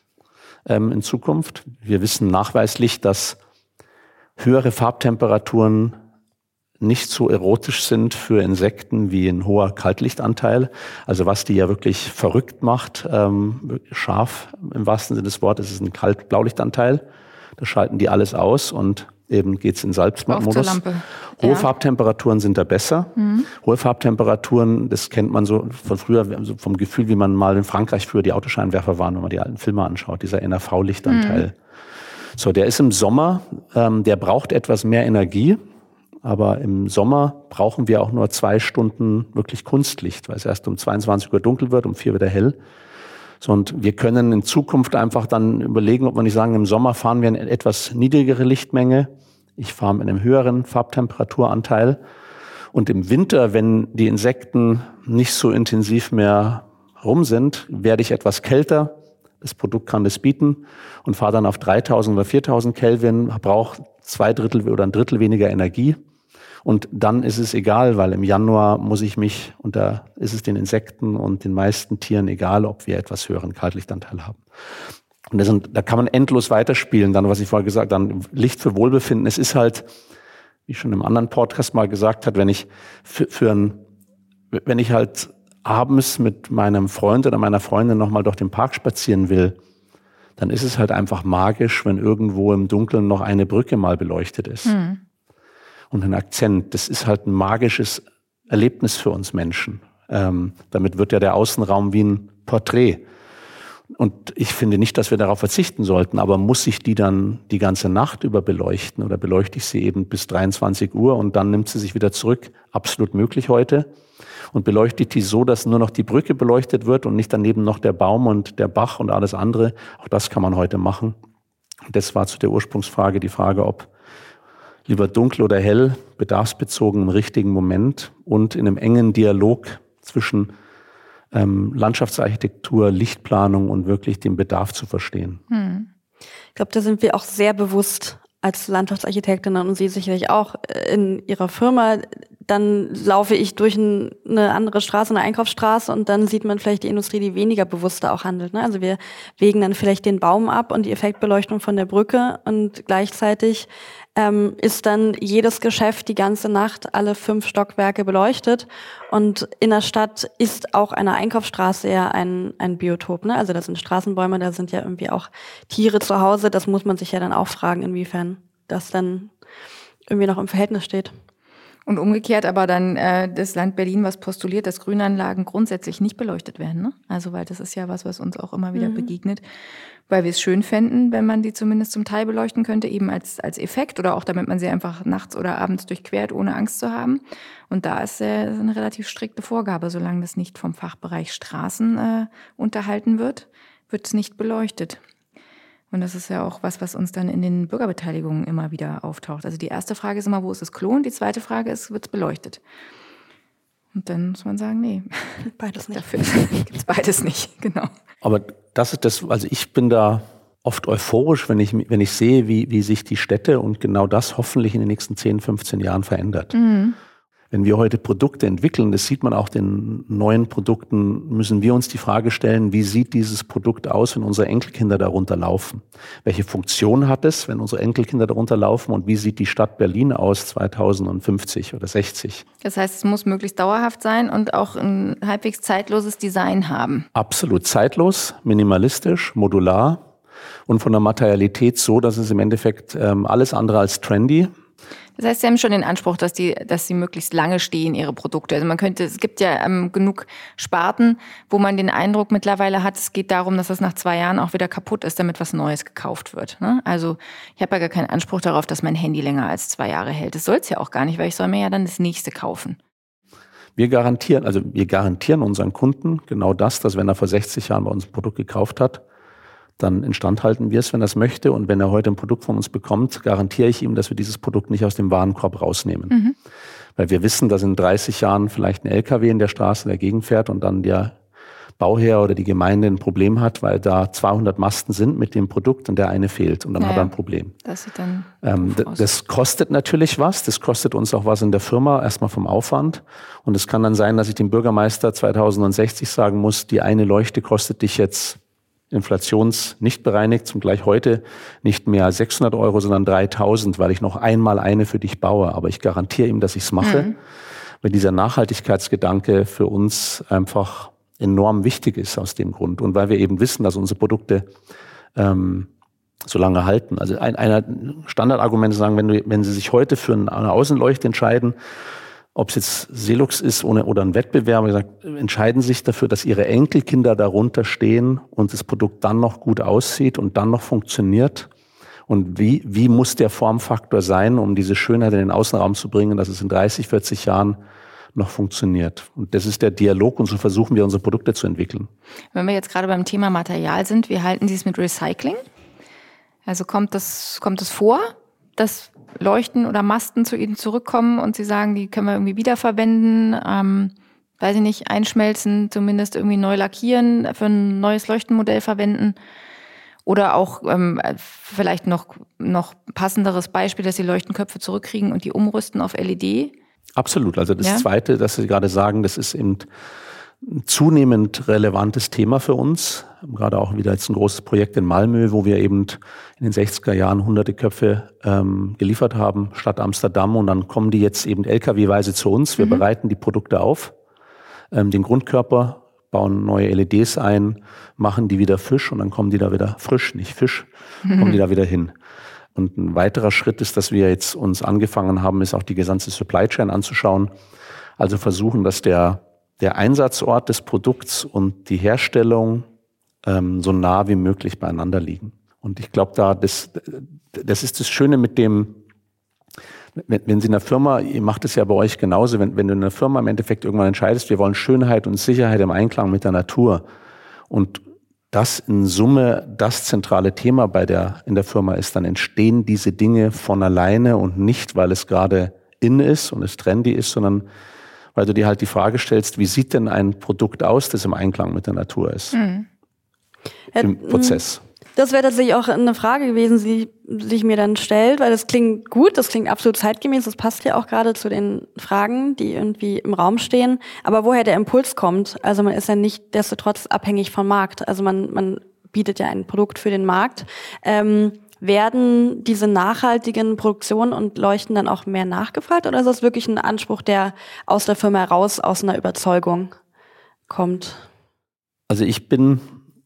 ähm, in Zukunft. Wir wissen nachweislich, dass höhere Farbtemperaturen nicht so erotisch sind für Insekten wie ein hoher Kaltlichtanteil. Also was die ja wirklich verrückt macht, ähm, scharf im wahrsten Sinne des Wortes, ist ein Kalt-Blaulichtanteil. Da schalten die alles aus und eben geht's in Salzmodus. Hohe ja. Farbtemperaturen sind da besser. Mhm. Hohe Farbtemperaturen, das kennt man so von früher, so vom Gefühl, wie man mal in Frankreich früher die Autoscheinwerfer waren, wenn man die alten Filme anschaut, dieser N R V-Lichtanteil. Mhm. So, der ist im Sommer, ähm, der braucht etwas mehr Energie, aber im Sommer brauchen wir auch nur zwei Stunden wirklich Kunstlicht, weil es erst um zweiundzwanzig Uhr dunkel wird, um vier wieder hell. So, und wir können in Zukunft einfach dann überlegen, ob wir nicht sagen, im Sommer fahren wir eine etwas niedrigere Lichtmenge. Ich fahre mit einem höheren Farbtemperaturanteil. Und im Winter, wenn die Insekten nicht so intensiv mehr rum sind, werde ich etwas kälter. Das Produkt kann das bieten und fahre dann auf dreitausend oder viertausend Kelvin, brauche zwei Drittel oder ein Drittel weniger Energie. Und dann ist es egal, weil im Januar muss ich mich, und da ist es den Insekten und den meisten Tieren egal, ob wir etwas höheren Kaltlichtanteil haben. Und das sind, da kann man endlos weiterspielen. Dann, was ich vorher gesagt habe, dann Licht für Wohlbefinden. Es ist halt, wie ich schon im anderen Podcast mal gesagt habe, wenn ich für, für ein, wenn ich halt abends mit meinem Freund oder meiner Freundin nochmal durch den Park spazieren will, dann ist es halt einfach magisch, wenn irgendwo im Dunkeln noch eine Brücke mal beleuchtet ist. Hm. Und ein Akzent, das ist halt ein magisches Erlebnis für uns Menschen. Ähm, damit wird ja der Außenraum wie ein Porträt. Und ich finde nicht, dass wir darauf verzichten sollten, aber muss ich die dann die ganze Nacht über beleuchten oder beleuchte ich sie eben bis dreiundzwanzig Uhr und dann nimmt sie sich wieder zurück? Absolut möglich heute. Und beleuchte ich die so, dass nur noch die Brücke beleuchtet wird und nicht daneben noch der Baum und der Bach und alles andere. Auch das kann man heute machen. Das war zu der Ursprungsfrage die Frage, ob lieber dunkel oder hell, bedarfsbezogen im richtigen Moment und in einem engen Dialog zwischen ähm, Landschaftsarchitektur, Lichtplanung und wirklich den Bedarf zu verstehen. Hm. Ich glaube, da sind wir auch sehr bewusst als Landschaftsarchitektin und Sie sicherlich auch in Ihrer Firma. Dann laufe ich durch ein, eine andere Straße, eine Einkaufsstraße und dann sieht man vielleicht die Industrie, die weniger bewusster auch handelt. Ne? Also wir wägen dann vielleicht den Baum ab und die Effektbeleuchtung von der Brücke und gleichzeitig ähm, ist dann jedes Geschäft die ganze Nacht alle fünf Stockwerke beleuchtet und in der Stadt ist auch eine Einkaufsstraße ja ein, ein Biotop. Ne? Also das sind Straßenbäume, da sind ja irgendwie auch Tiere zu Hause. Das muss man sich ja dann auch fragen, inwiefern das dann irgendwie noch im Verhältnis steht. Und umgekehrt aber dann äh, das Land Berlin, was postuliert, dass Grünanlagen grundsätzlich nicht beleuchtet werden. Ne? Also weil das ist ja was, was uns auch immer wieder mhm. begegnet, weil wir es schön fänden, wenn man die zumindest zum Teil beleuchten könnte, eben als als Effekt oder auch damit man sie einfach nachts oder abends durchquert, ohne Angst zu haben. Und da ist äh, eine relativ strikte Vorgabe, solange das nicht vom Fachbereich Straßen äh, unterhalten wird, wird es nicht beleuchtet. Und das ist ja auch was, was uns dann in den Bürgerbeteiligungen immer wieder auftaucht. Also die erste Frage ist immer, wo ist das Klo? Und die zweite Frage ist, wird es beleuchtet? Und dann muss man sagen, nee. Beides nicht. Dafür gibt es beides nicht, genau. Aber das ist das, also ich bin da oft euphorisch, wenn ich, wenn ich sehe, wie, wie sich die Städte und genau das hoffentlich in den nächsten zehn, fünfzehn Jahren verändert. Mhm. Wenn wir heute Produkte entwickeln, das sieht man auch den neuen Produkten, müssen wir uns die Frage stellen, wie sieht dieses Produkt aus, wenn unsere Enkelkinder darunter laufen? Welche Funktion hat es, wenn unsere Enkelkinder darunter laufen? Und wie sieht die Stadt Berlin aus zweitausendfünfzig oder sechzig? Das heißt, es muss möglichst dauerhaft sein und auch ein halbwegs zeitloses Design haben. Absolut zeitlos, minimalistisch, modular und von der Materialität so, dass es im Endeffekt ähm, alles andere als trendy. Das heißt, Sie haben schon den Anspruch, dass die, dass sie möglichst lange stehen, Ihre Produkte. Also man könnte, es gibt ja ähm, genug Sparten, wo man den Eindruck mittlerweile hat, es geht darum, dass das nach zwei Jahren auch wieder kaputt ist, damit was Neues gekauft wird. Ne? Also ich habe ja gar keinen Anspruch darauf, dass mein Handy länger als zwei Jahre hält. Das soll es ja auch gar nicht, weil ich soll mir ja dann das nächste kaufen. Wir garantieren, also wir garantieren unseren Kunden genau das, dass wenn er vor sechzig Jahren bei uns ein Produkt gekauft hat, dann instand halten wir es, wenn er es möchte. Und wenn er heute ein Produkt von uns bekommt, garantiere ich ihm, dass wir dieses Produkt nicht aus dem Warenkorb rausnehmen. Mhm. Weil wir wissen, dass in dreißig Jahren vielleicht ein L K W in der Straße dagegen fährt und dann der Bauherr oder die Gemeinde ein Problem hat, weil da zweihundert Masten sind mit dem Produkt und der eine fehlt. Und dann naja, hat er ein Problem. Das sieht dann ähm, das kostet natürlich was. Das kostet uns auch was in der Firma, erstmal vom Aufwand. Und es kann dann sein, dass ich dem Bürgermeister zweitausendsechzig sagen muss, die eine Leuchte kostet dich jetzt inflations nicht bereinigt, zum gleich heute nicht mehr sechshundert Euro, sondern dreitausend, weil ich noch einmal eine für dich baue. Aber ich garantiere ihm, dass ich es mache, mhm. weil dieser Nachhaltigkeitsgedanke für uns einfach enorm wichtig ist aus dem Grund. Und weil wir eben wissen, dass unsere Produkte ähm, so lange halten. Also ein, einer Standardargument sagen, wenn, du, wenn Sie sich heute für eine Außenleuchte entscheiden, ob es jetzt Selux ist oder ein Wettbewerber, gesagt, entscheiden sich dafür, dass ihre Enkelkinder darunter stehen und das Produkt dann noch gut aussieht und dann noch funktioniert. Und wie, wie muss der Formfaktor sein, um diese Schönheit in den Außenraum zu bringen, dass es in dreißig, vierzig Jahren noch funktioniert. Und das ist der Dialog und so versuchen wir, unsere Produkte zu entwickeln. Wenn wir jetzt gerade beim Thema Material sind, wie halten Sie es mit Recycling? Also kommt das, kommt das vor, dass Leuchten oder Masten zu Ihnen zurückkommen und Sie sagen, die können wir irgendwie wiederverwenden, ähm, weiß ich nicht, einschmelzen, zumindest irgendwie neu lackieren, für ein neues Leuchtenmodell verwenden? Oder auch ähm, vielleicht noch, noch passenderes Beispiel, dass Sie Leuchtenköpfe zurückkriegen und die umrüsten auf L E D? Absolut. Also das ja? Zweite, das Sie gerade sagen, das ist eben ein zunehmend relevantes Thema für uns. Wir haben gerade auch wieder jetzt ein großes Projekt in Malmö, wo wir eben in den sechziger Jahren hunderte Köpfe ähm, geliefert haben, Stadt Amsterdam. Und dann kommen die jetzt eben L K W-weise zu uns. Wir mhm. bereiten die Produkte auf, ähm, den Grundkörper, bauen neue L E Ds ein, machen die wieder Fisch und dann kommen die da wieder frisch, nicht Fisch, mhm. kommen die da wieder hin. Und ein weiterer Schritt ist, dass wir jetzt uns angefangen haben, ist auch die gesamte Supply Chain anzuschauen. Also versuchen, dass der der Einsatzort des Produkts und die Herstellung ähm, so nah wie möglich beieinander liegen. Und ich glaube, da das, das ist das Schöne mit dem, wenn, wenn Sie in einer Firma, ihr macht es ja bei euch genauso, wenn, wenn du in einer Firma im Endeffekt irgendwann entscheidest, wir wollen Schönheit und Sicherheit im Einklang mit der Natur und das in Summe das zentrale Thema bei der, in der Firma ist, dann entstehen diese Dinge von alleine und nicht, weil es gerade in ist und es trendy ist, sondern weil du dir halt die Frage stellst, wie sieht denn ein Produkt aus, das im Einklang mit der Natur ist, mhm. im Prozess. Das wäre tatsächlich auch eine Frage gewesen, die sich mir dann stellt, weil das klingt gut, das klingt absolut zeitgemäß, das passt ja auch gerade zu den Fragen, die irgendwie im Raum stehen. Aber woher der Impuls kommt, also man ist ja nicht destotrotz abhängig vom Markt, also man, man bietet ja ein Produkt für den Markt. Ähm, Werden diese nachhaltigen Produktionen und Leuchten dann auch mehr nachgefragt oder ist das wirklich ein Anspruch, der aus der Firma heraus, aus einer Überzeugung kommt? Also ich bin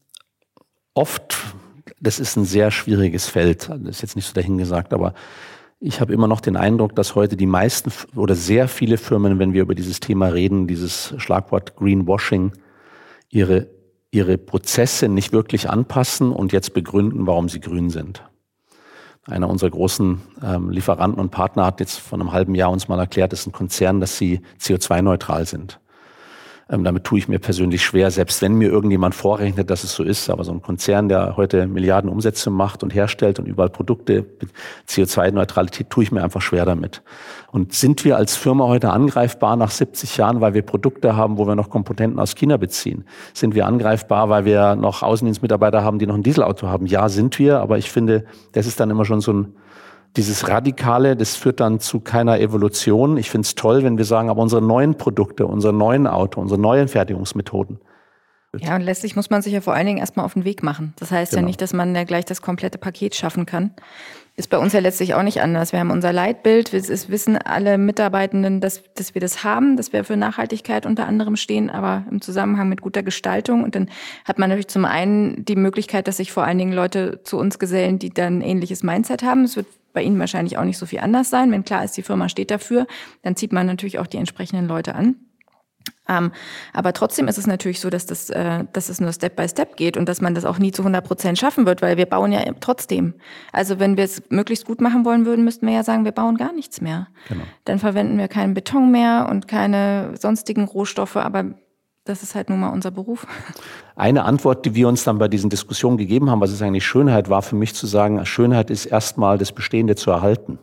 oft, das ist ein sehr schwieriges Feld, das ist jetzt nicht so dahingesagt, aber ich habe immer noch den Eindruck, dass heute die meisten oder sehr viele Firmen, wenn wir über dieses Thema reden, dieses Schlagwort Greenwashing, ihre, ihre Prozesse nicht wirklich anpassen und jetzt begründen, warum sie grün sind. Einer unserer großen ähm, Lieferanten und Partner hat jetzt vor einem halben Jahr uns mal erklärt, das ist ein Konzern, dass sie C O zwei neutral sind. Ähm, damit tue ich mir persönlich schwer, selbst wenn mir irgendjemand vorrechnet, dass es so ist. Aber so ein Konzern, der heute Milliarden Umsätze macht und herstellt und überall Produkte mit C O zwei Neutralität, tue ich mir einfach schwer damit. Und sind wir als Firma heute angreifbar nach siebzig Jahren, weil wir Produkte haben, wo wir noch Komponenten aus China beziehen? Sind wir angreifbar, weil wir noch Außendienstmitarbeiter haben, die noch ein Dieselauto haben? Ja, sind wir. Aber ich finde, das ist dann immer schon so ein dieses Radikale, das führt dann zu keiner Evolution. Ich finde es toll, wenn wir sagen, aber unsere neuen Produkte, unsere neuen Auto, unsere neuen Fertigungsmethoden. Ja, und letztlich muss man sich ja vor allen Dingen erstmal auf den Weg machen. Das heißt genau. ja nicht, dass man ja gleich das komplette Paket schaffen kann. Ist bei uns ja letztlich auch nicht anders. Wir haben unser Leitbild, es wissen alle Mitarbeitenden, dass, dass wir das haben, dass wir für Nachhaltigkeit unter anderem stehen, aber im Zusammenhang mit guter Gestaltung. Und dann hat man natürlich zum einen die Möglichkeit, dass sich vor allen Dingen Leute zu uns gesellen, die dann ein ähnliches Mindset haben. Es wird bei Ihnen wahrscheinlich auch nicht so viel anders sein. Wenn klar ist, die Firma steht dafür, dann zieht man natürlich auch die entsprechenden Leute an. Ähm, aber trotzdem ist es natürlich so, dass das, äh, dass es nur Step by Step geht und dass man das auch nie zu hundert Prozent schaffen wird, weil wir bauen ja trotzdem. Also wenn wir es möglichst gut machen wollen würden, müssten wir ja sagen, wir bauen gar nichts mehr. Genau. Dann verwenden wir keinen Beton mehr und keine sonstigen Rohstoffe, aber das ist halt nun mal unser Beruf. Eine Antwort, die wir uns dann bei diesen Diskussionen gegeben haben, was ist eigentlich Schönheit, war für mich zu sagen, Schönheit ist erstmal das Bestehende zu erhalten.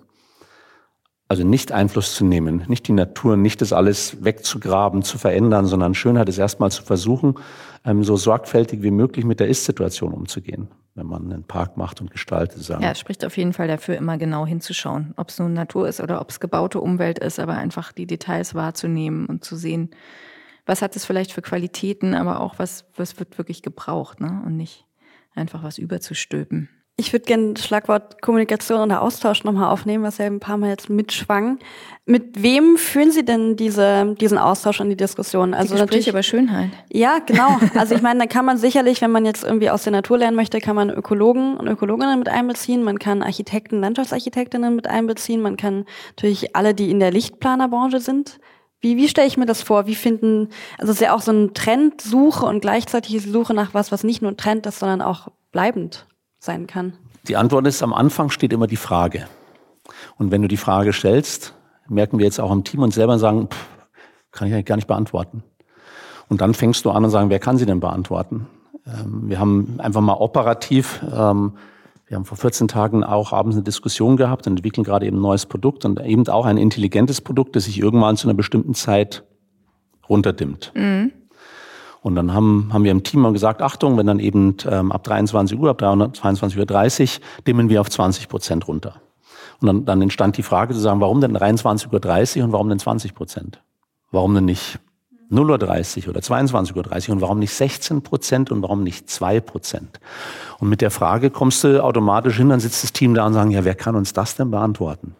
Also nicht Einfluss zu nehmen, nicht die Natur, nicht das alles wegzugraben, zu verändern, sondern Schönheit ist erstmal zu versuchen, so sorgfältig wie möglich mit der Ist-Situation umzugehen, wenn man einen Park macht und gestaltet. Sagen. Ja, es spricht auf jeden Fall dafür, immer genau hinzuschauen, ob es nun Natur ist oder ob es gebaute Umwelt ist, aber einfach die Details wahrzunehmen und zu sehen, was hat es vielleicht für Qualitäten, aber auch was, was wird wirklich gebraucht, ne? Und nicht einfach was überzustülpen. Ich würde gerne das Schlagwort Kommunikation oder Austausch nochmal aufnehmen, was ja ein paar Mal jetzt mitschwang. Mit wem führen Sie denn diese, diesen Austausch und die Diskussion? Also die Gespräche über Schönheit. Ja, genau. Also ich meine, da kann man sicherlich, wenn man jetzt irgendwie aus der Natur lernen möchte, kann man Ökologen und Ökologinnen mit einbeziehen. Man kann Architekten, Landschaftsarchitektinnen mit einbeziehen. Man kann natürlich alle, die in der Lichtplanerbranche sind. Wie, wie stelle ich mir das vor? Wie finden, also es ist ja auch so ein Trendsuche und gleichzeitig die Suche nach was, was nicht nur ein Trend ist, sondern auch bleibend sein kann? Die Antwort ist, am Anfang steht immer die Frage. Und wenn du die Frage stellst, merken wir jetzt auch im Team und selber sagen, pff, kann ich eigentlich gar nicht beantworten. Und dann fängst du an und sagen, wer kann sie denn beantworten? Ähm, wir haben einfach mal operativ, ähm, wir haben vor vierzehn Tagen auch abends eine Diskussion gehabt und entwickeln gerade eben ein neues Produkt und eben auch ein intelligentes Produkt, das sich irgendwann zu einer bestimmten Zeit runterdimmt. Mhm. Und dann haben, haben wir im Team mal gesagt, Achtung, wenn dann eben ähm, ab dreiundzwanzig Uhr, ab zweiundzwanzig Uhr dreißig dimmen wir auf zwanzig Prozent runter. Und dann, dann entstand die Frage zu sagen, warum denn dreiundzwanzig Uhr dreißig und warum denn zwanzig Prozent? Warum denn nicht null Uhr dreißig oder zweiundzwanzig Uhr dreißig und warum nicht sechzehn Prozent und warum nicht zwei Prozent? Und mit der Frage kommst du automatisch hin, dann sitzt das Team da und sagen, ja, wer kann uns das denn beantworten?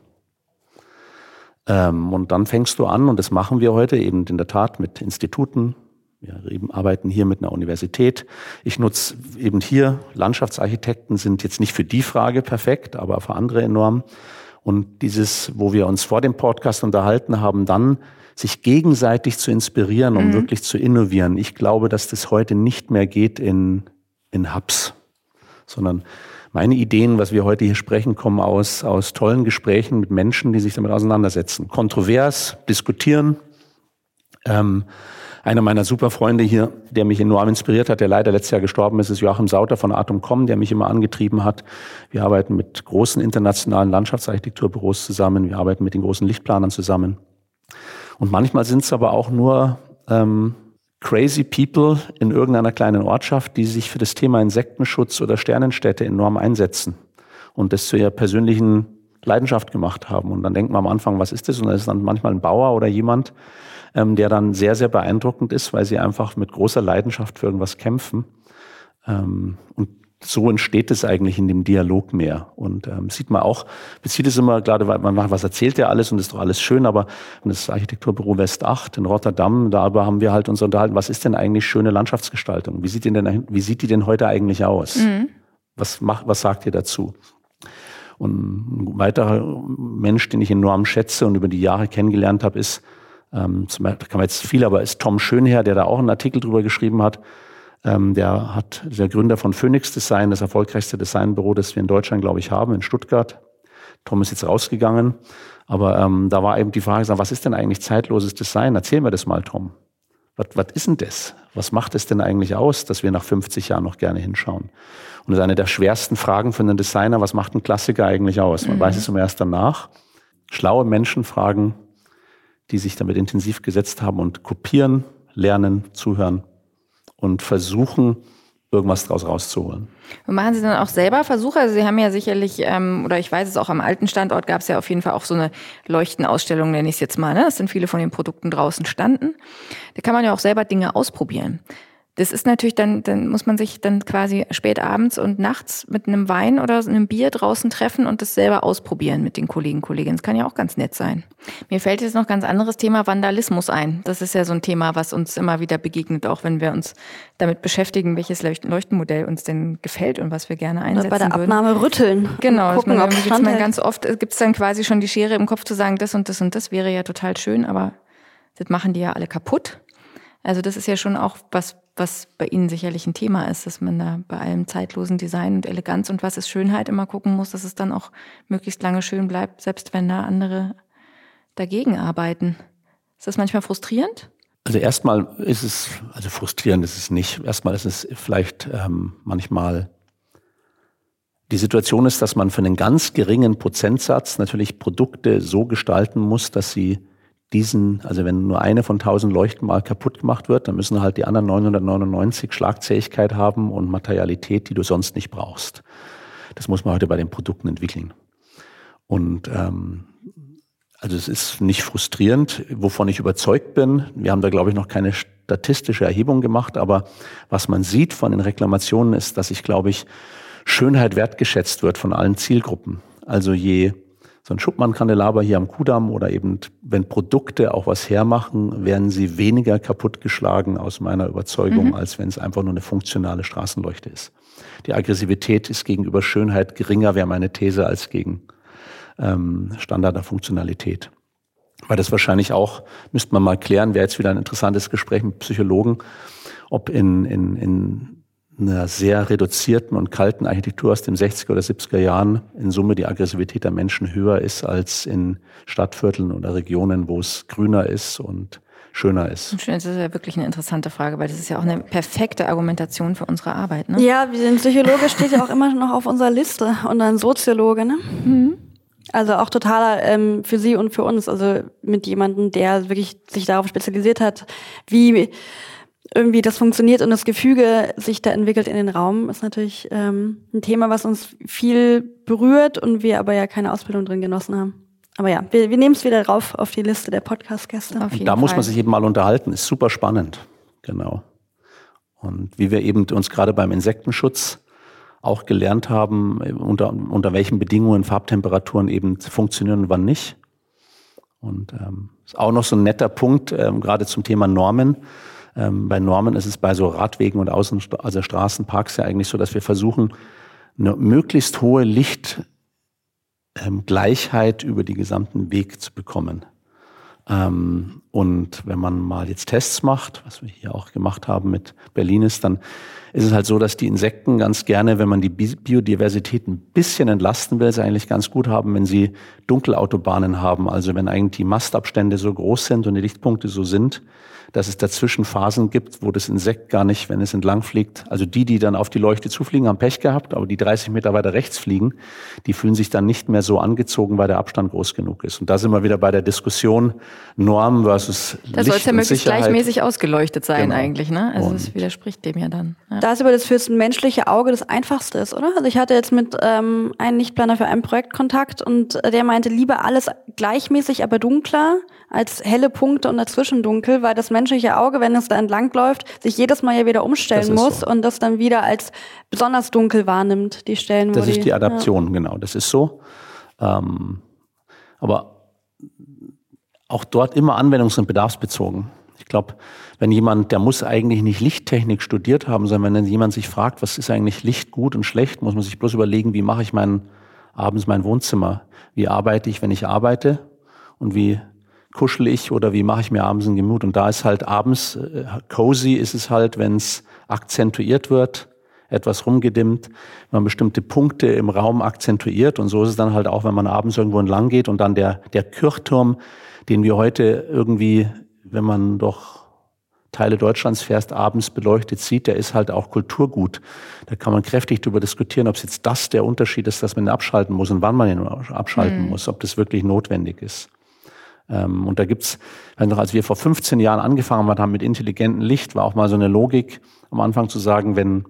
Ähm, und dann fängst du an, und das machen wir heute eben in der Tat mit Instituten. Wir eben arbeiten hier mit einer Universität. Ich nutze eben hier, Landschaftsarchitekten sind jetzt nicht für die Frage perfekt, aber für andere enorm. Und dieses, wo wir uns vor dem Podcast unterhalten haben, dann sich gegenseitig zu inspirieren, um mhm. wirklich zu innovieren. Ich glaube, dass das heute nicht mehr geht in, in Hubs, sondern meine Ideen, was wir heute hier sprechen, kommen aus, aus tollen Gesprächen mit Menschen, die sich damit auseinandersetzen. Kontrovers, diskutieren. Ähm, Einer meiner super Freunde hier, der mich enorm inspiriert hat, der leider letztes Jahr gestorben ist, ist Joachim Sauter von Atom Punkt com, der mich immer angetrieben hat. Wir arbeiten mit großen internationalen Landschaftsarchitekturbüros zusammen. Wir arbeiten mit den großen Lichtplanern zusammen. Und manchmal sind es aber auch nur ähm, crazy people in irgendeiner kleinen Ortschaft, die sich für das Thema Insektenschutz oder Sternenstädte enorm einsetzen und das zu ihrer persönlichen Leidenschaft gemacht haben. Und dann denkt man am Anfang, was ist das? Und das ist dann manchmal ein Bauer oder jemand, ähm, der dann sehr, sehr beeindruckend ist, weil sie einfach mit großer Leidenschaft für irgendwas kämpfen. Ähm, und so entsteht es eigentlich in dem Dialog mehr. Und ähm, sieht man auch, bezieht es immer, gerade weil man macht, was erzählt der alles und ist doch alles schön, aber das Architekturbüro West acht in Rotterdam, darüber haben wir halt uns unterhalten, was ist denn eigentlich schöne Landschaftsgestaltung? Wie sieht die denn, wie sieht die denn heute eigentlich aus? Mhm. Was macht, was sagt ihr dazu? Und ein weiterer Mensch, den ich enorm schätze und über die Jahre kennengelernt habe, ist, ähm, zum Beispiel kann man jetzt viel, aber ist Tom Schönherr, der da auch einen Artikel drüber geschrieben hat. Ähm, der hat, der Gründer von Phoenix Design, das erfolgreichste Designbüro, das wir in Deutschland, glaube ich, haben, in Stuttgart. Tom ist jetzt rausgegangen. Aber ähm, da war eben die Frage, was ist denn eigentlich zeitloses Design? Erzähl mir das mal, Tom. Was, was ist denn das? Was macht es denn eigentlich aus, dass wir nach fünfzig Jahren noch gerne hinschauen? Und das ist eine der schwersten Fragen für einen Designer. Was macht ein Klassiker eigentlich aus? Man mhm. weiß es immer erst danach. Schlaue Menschen fragen, die sich damit intensiv gesetzt haben und kopieren, lernen, zuhören und versuchen, irgendwas draus rauszuholen. Und machen Sie dann auch selber Versuche? Also Sie haben ja sicherlich, ähm, oder ich weiß es auch, am alten Standort gab es ja auf jeden Fall auch so eine Leuchtenausstellung, nenne ich es jetzt mal. Ne? Es sind viele von den Produkten draußen standen. Da kann man ja auch selber Dinge ausprobieren. Das ist natürlich dann, dann muss man sich dann quasi spät abends und nachts mit einem Wein oder einem Bier draußen treffen und das selber ausprobieren mit den Kollegen, Kolleginnen. Das kann ja auch ganz nett sein. Mir fällt jetzt noch ein ganz anderes Thema Vandalismus ein. Das ist ja so ein Thema, was uns immer wieder begegnet, auch wenn wir uns damit beschäftigen, welches Leuchtenmodell uns denn gefällt und was wir gerne einsetzen würden. Bei der Abnahme würden. rütteln. Genau, gucken, man, ob man ganz oft gibt es dann quasi schon die Schere im Kopf zu sagen, das und das und das wäre ja total schön, aber das machen die ja alle kaputt. Also das ist ja schon auch was, was bei Ihnen sicherlich ein Thema ist, dass man da bei allem zeitlosen Design und Eleganz und was ist Schönheit immer gucken muss, dass es dann auch möglichst lange schön bleibt, selbst wenn da andere dagegen arbeiten. Ist das manchmal frustrierend? Also erstmal ist es, also frustrierend ist es nicht. Erstmal ist es vielleicht ähm, manchmal, die Situation ist, dass man für einen ganz geringen Prozentsatz natürlich Produkte so gestalten muss, dass sie diesen, also wenn nur eine von tausend Leuchten mal kaputt gemacht wird, dann müssen halt die anderen neunhundertneunundneunzig Schlagzähigkeit haben und Materialität, die du sonst nicht brauchst. Das muss man heute bei den Produkten entwickeln. Und ähm, also es ist nicht frustrierend, wovon ich überzeugt bin. Wir haben da, glaube ich, noch keine statistische Erhebung gemacht, aber was man sieht von den Reklamationen ist, dass ich, glaube ich, Schönheit wertgeschätzt wird von allen Zielgruppen. Also je so ein Schuppmann-Kandelaber hier am Kudamm oder eben, wenn Produkte auch was hermachen, werden sie weniger kaputtgeschlagen aus meiner Überzeugung, mhm. als wenn es einfach nur eine funktionale Straßenleuchte ist. Die Aggressivität ist gegenüber Schönheit geringer, wäre meine These, als gegen ähm, Standard der Funktionalität. Weil das wahrscheinlich auch, müsste man mal klären, wäre jetzt wieder ein interessantes Gespräch mit Psychologen, ob in, in, in einer sehr reduzierten und kalten Architektur aus den sechziger oder siebziger Jahren in Summe die Aggressivität der Menschen höher ist als in Stadtvierteln oder Regionen, wo es grüner ist und schöner ist. Schön, das ist ja wirklich eine interessante Frage, weil das ist ja auch eine perfekte Argumentation für unsere Arbeit. Ne? Ja, ein Psychologe steht ja auch immer noch auf unserer Liste und ein Soziologe. Ne? Mhm. Also auch totaler ähm, für Sie und für uns, also mit jemandem, der wirklich sich darauf spezialisiert hat, wie irgendwie das funktioniert und das Gefüge sich da entwickelt in den Raum, ist natürlich ähm, ein Thema, was uns viel berührt und wir aber ja keine Ausbildung drin genossen haben. Aber ja, wir, wir nehmen es wieder rauf auf die Liste der Podcast-Gäste. Und da Fall. muss man sich eben mal unterhalten, ist super spannend, genau. Und wie wir eben uns gerade beim Insektenschutz auch gelernt haben, unter, unter welchen Bedingungen Farbtemperaturen eben funktionieren und wann nicht. Und ähm, ist auch noch so ein netter Punkt, ähm, gerade zum Thema Normen. Ähm, bei Normen ist es bei so Radwegen und Außen, also Straßenparks ja eigentlich so, dass wir versuchen, eine möglichst hohe Lichtgleichheit ähm, über die gesamten Weg zu bekommen. Ähm, und wenn man mal jetzt Tests macht, was wir hier auch gemacht haben mit Berlinis, dann ist es halt so, dass die Insekten ganz gerne, wenn man die Biodiversität ein bisschen entlasten will, sie eigentlich ganz gut haben, wenn sie Dunkelautobahnen haben. Also wenn eigentlich die Mastabstände so groß sind und die Lichtpunkte so sind, dass es dazwischen Phasen gibt, wo das Insekt gar nicht, wenn es entlang fliegt, also die, die dann auf die Leuchte zufliegen, haben Pech gehabt, aber die dreißig Meter weiter rechts fliegen, die fühlen sich dann nicht mehr so angezogen, weil der Abstand groß genug ist. Und da sind wir wieder bei der Diskussion Norm versus Licht und Sicherheit. Da soll es ja möglichst gleichmäßig ausgeleuchtet sein, genau. eigentlich, ne? Also und das widerspricht dem ja dann. Ja. Da ist aber das fürs menschliche Auge das Einfachste ist, oder? Also ich hatte jetzt mit ähm, einem Lichtplaner für ein Projekt Kontakt und der meinte, lieber alles gleichmäßig, aber dunkler, als helle Punkte und dazwischen dunkel, weil das menschliche Auge, wenn es da entlang läuft, sich jedes Mal ja wieder umstellen muss so. und das dann wieder als besonders dunkel wahrnimmt, die Stellen. Das wo ist die, die Adaption, ja. genau, das ist so. Ähm, aber auch dort immer anwendungs- und bedarfsbezogen. Ich glaube, wenn jemand, der muss eigentlich nicht Lichttechnik studiert haben, sondern wenn jemand sich fragt, was ist eigentlich Licht gut und schlecht, muss man sich bloß überlegen, wie mache ich mein, abends mein Wohnzimmer? Wie arbeite ich, wenn ich arbeite? Und wie kuschel ich oder wie mache ich mir abends ein Gemüt? Und da ist halt abends, äh, cozy ist es halt, wenn es akzentuiert wird, etwas rumgedimmt, wenn man bestimmte Punkte im Raum akzentuiert. Und so ist es dann halt auch, wenn man abends irgendwo entlang geht und dann der, der Kirchturm, den wir heute irgendwie, wenn man doch Teile Deutschlands fährst, abends beleuchtet sieht, der ist halt auch Kulturgut. Da kann man kräftig darüber diskutieren, ob es jetzt das der Unterschied ist, dass man ihn abschalten muss und wann man ihn abschalten mhm. muss, ob das wirklich notwendig ist. Ähm, und da gibt's, also als wir vor fünfzehn Jahren angefangen haben mit intelligentem Licht, war auch mal so eine Logik am Anfang zu sagen, wenn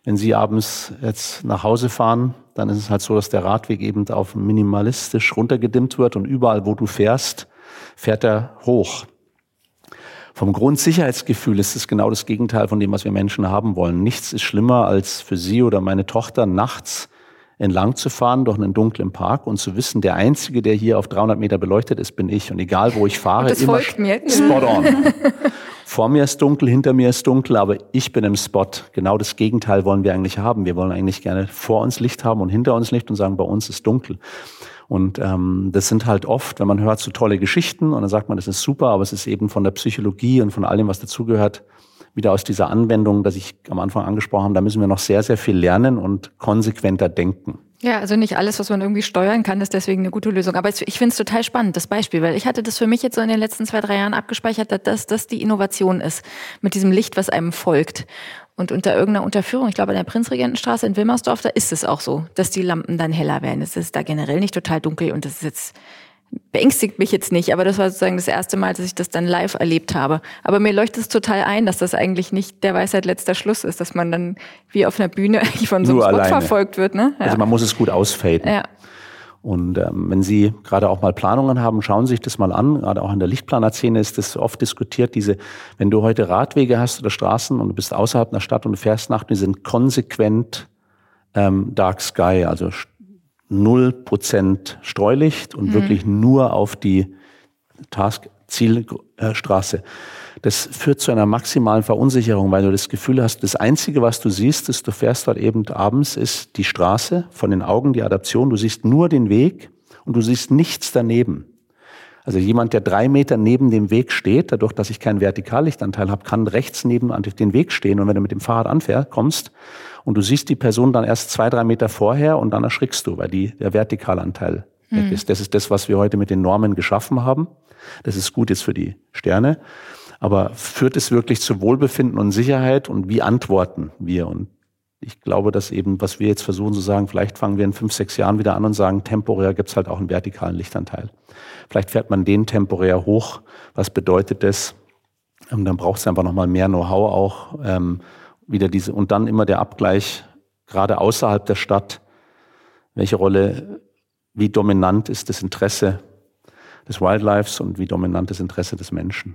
Wenn Sie abends jetzt nach Hause fahren, dann ist es halt so, dass der Radweg eben auf minimalistisch runtergedimmt wird und überall, wo du fährst, fährt er hoch. Vom Grundsicherheitsgefühl ist es genau das Gegenteil von dem, was wir Menschen haben wollen. Nichts ist schlimmer, als für Sie oder meine Tochter nachts entlang zu fahren durch einen dunklen Park und zu wissen, der Einzige, der hier auf dreihundert Meter beleuchtet ist, bin ich. Und egal, wo ich fahre, das immer folgt mir. spot on. Vor mir ist dunkel, hinter mir ist dunkel, aber ich bin im Spot. Genau das Gegenteil wollen wir eigentlich haben. Wir wollen eigentlich gerne vor uns Licht haben und hinter uns Licht und sagen, bei uns ist dunkel. Und ähm, das sind halt oft, wenn man hört, so tolle Geschichten und dann sagt man, das ist super, aber es ist eben von der Psychologie und von allem, was dazugehört, wieder aus dieser Anwendung, dass ich am Anfang angesprochen habe, da müssen wir noch sehr, sehr viel lernen und konsequenter denken. Ja, also nicht alles, was man irgendwie steuern kann, ist deswegen eine gute Lösung. Aber ich finde es total spannend, das Beispiel, weil ich hatte das für mich jetzt so in den letzten zwei, drei Jahren abgespeichert, dass das die Innovation ist, mit diesem Licht, was einem folgt. Und unter irgendeiner Unterführung, ich glaube an der Prinzregentenstraße in Wilmersdorf, da ist es auch so, dass die Lampen dann heller werden. Es ist da generell nicht total dunkel und das ist jetzt beängstigt mich jetzt nicht, aber das war sozusagen das erste Mal, dass ich das dann live erlebt habe. Aber mir leuchtet es total ein, dass das eigentlich nicht der Weisheit letzter Schluss ist, dass man dann wie auf einer Bühne eigentlich von so einem Spot verfolgt wird. Ne? Ja. Also man muss es gut ausfaden. Ja. Und ähm, wenn Sie gerade auch mal Planungen haben, schauen Sie sich das mal an. Gerade auch in der Lichtplanerszene ist das oft diskutiert. Diese, wenn du heute Radwege hast oder Straßen und du bist außerhalb einer Stadt und du fährst nachts, die sind konsequent ähm, Dark Sky, also null Prozent Streulicht und mhm. wirklich nur auf die Task-Zielstraße. Das führt zu einer maximalen Verunsicherung, weil du das Gefühl hast, das Einzige, was du siehst, ist, du fährst dort eben abends, ist die Straße, von den Augen die Adaption. Du siehst nur den Weg und du siehst nichts daneben. Also jemand, der drei Meter neben dem Weg steht, dadurch, dass ich keinen Vertikallichtanteil habe, kann rechts neben den Weg stehen. Und wenn du mit dem Fahrrad anfährst, kommst und du siehst die Person dann erst zwei, drei Meter vorher und dann erschrickst du, weil die, der Vertikalanteil mhm. weg ist. Das ist das, was wir heute mit den Normen geschaffen haben. Das ist gut jetzt für die Sterne. Aber führt es wirklich zu Wohlbefinden und Sicherheit und wie antworten wir? Und ich glaube, dass eben, was wir jetzt versuchen zu sagen, vielleicht fangen wir in fünf, sechs Jahren wieder an und sagen, temporär gibt es halt auch einen vertikalen Lichtanteil. Vielleicht fährt man den temporär hoch. Was bedeutet das? Ähm, dann braucht es einfach nochmal mehr Know-how auch. Ähm, wieder diese, und dann immer der Abgleich, gerade außerhalb der Stadt. Welche Rolle, wie dominant ist das Interesse des Wildlifes und wie dominant das Interesse des Menschen?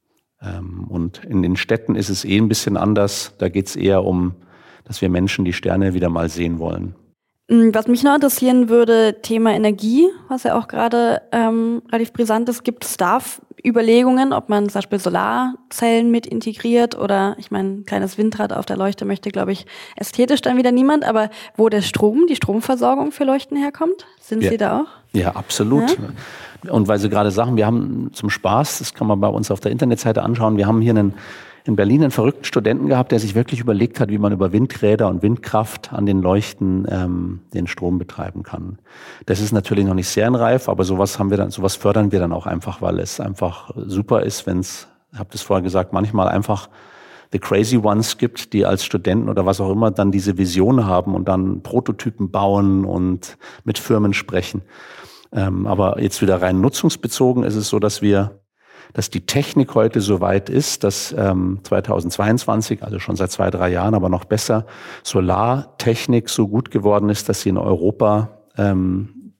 Ähm, und in den Städten ist es eh ein bisschen anders. Da geht es eher um, dass wir Menschen die Sterne wieder mal sehen wollen. Was mich noch interessieren würde, Thema Energie, was ja auch gerade ähm, relativ brisant ist. Gibt es da Überlegungen, ob man zum Beispiel Solarzellen mit integriert oder, ich meine, ein kleines Windrad auf der Leuchte möchte, glaube ich, ästhetisch dann wieder niemand, aber wo der Strom, die Stromversorgung für Leuchten herkommt? Sind ja. Sie da auch? Ja, absolut. Ja? Und weil Sie gerade sagen, wir haben zum Spaß, das kann man bei uns auf der Internetseite anschauen, wir haben hier einen in Berlin einen verrückten Studenten gehabt, der sich wirklich überlegt hat, wie man über Windräder und Windkraft an den Leuchten ähm, den Strom betreiben kann. Das ist natürlich noch nicht serienreif, aber sowas haben wir dann, sowas fördern wir dann auch einfach, weil es einfach super ist, wenn es, ich habe das vorher gesagt, manchmal einfach the crazy ones gibt, die als Studenten oder was auch immer dann diese Vision haben und dann Prototypen bauen und mit Firmen sprechen. Ähm, aber jetzt wieder rein nutzungsbezogen ist es so, dass wir dass die Technik heute so weit ist, dass ähm, zweitausendzweiundzwanzig, also schon seit zwei, drei Jahren, aber noch besser, Solartechnik so gut geworden ist, dass sie in Europa ähm,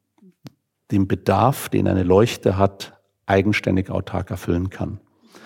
den Bedarf, den eine Leuchte hat, eigenständig autark erfüllen kann.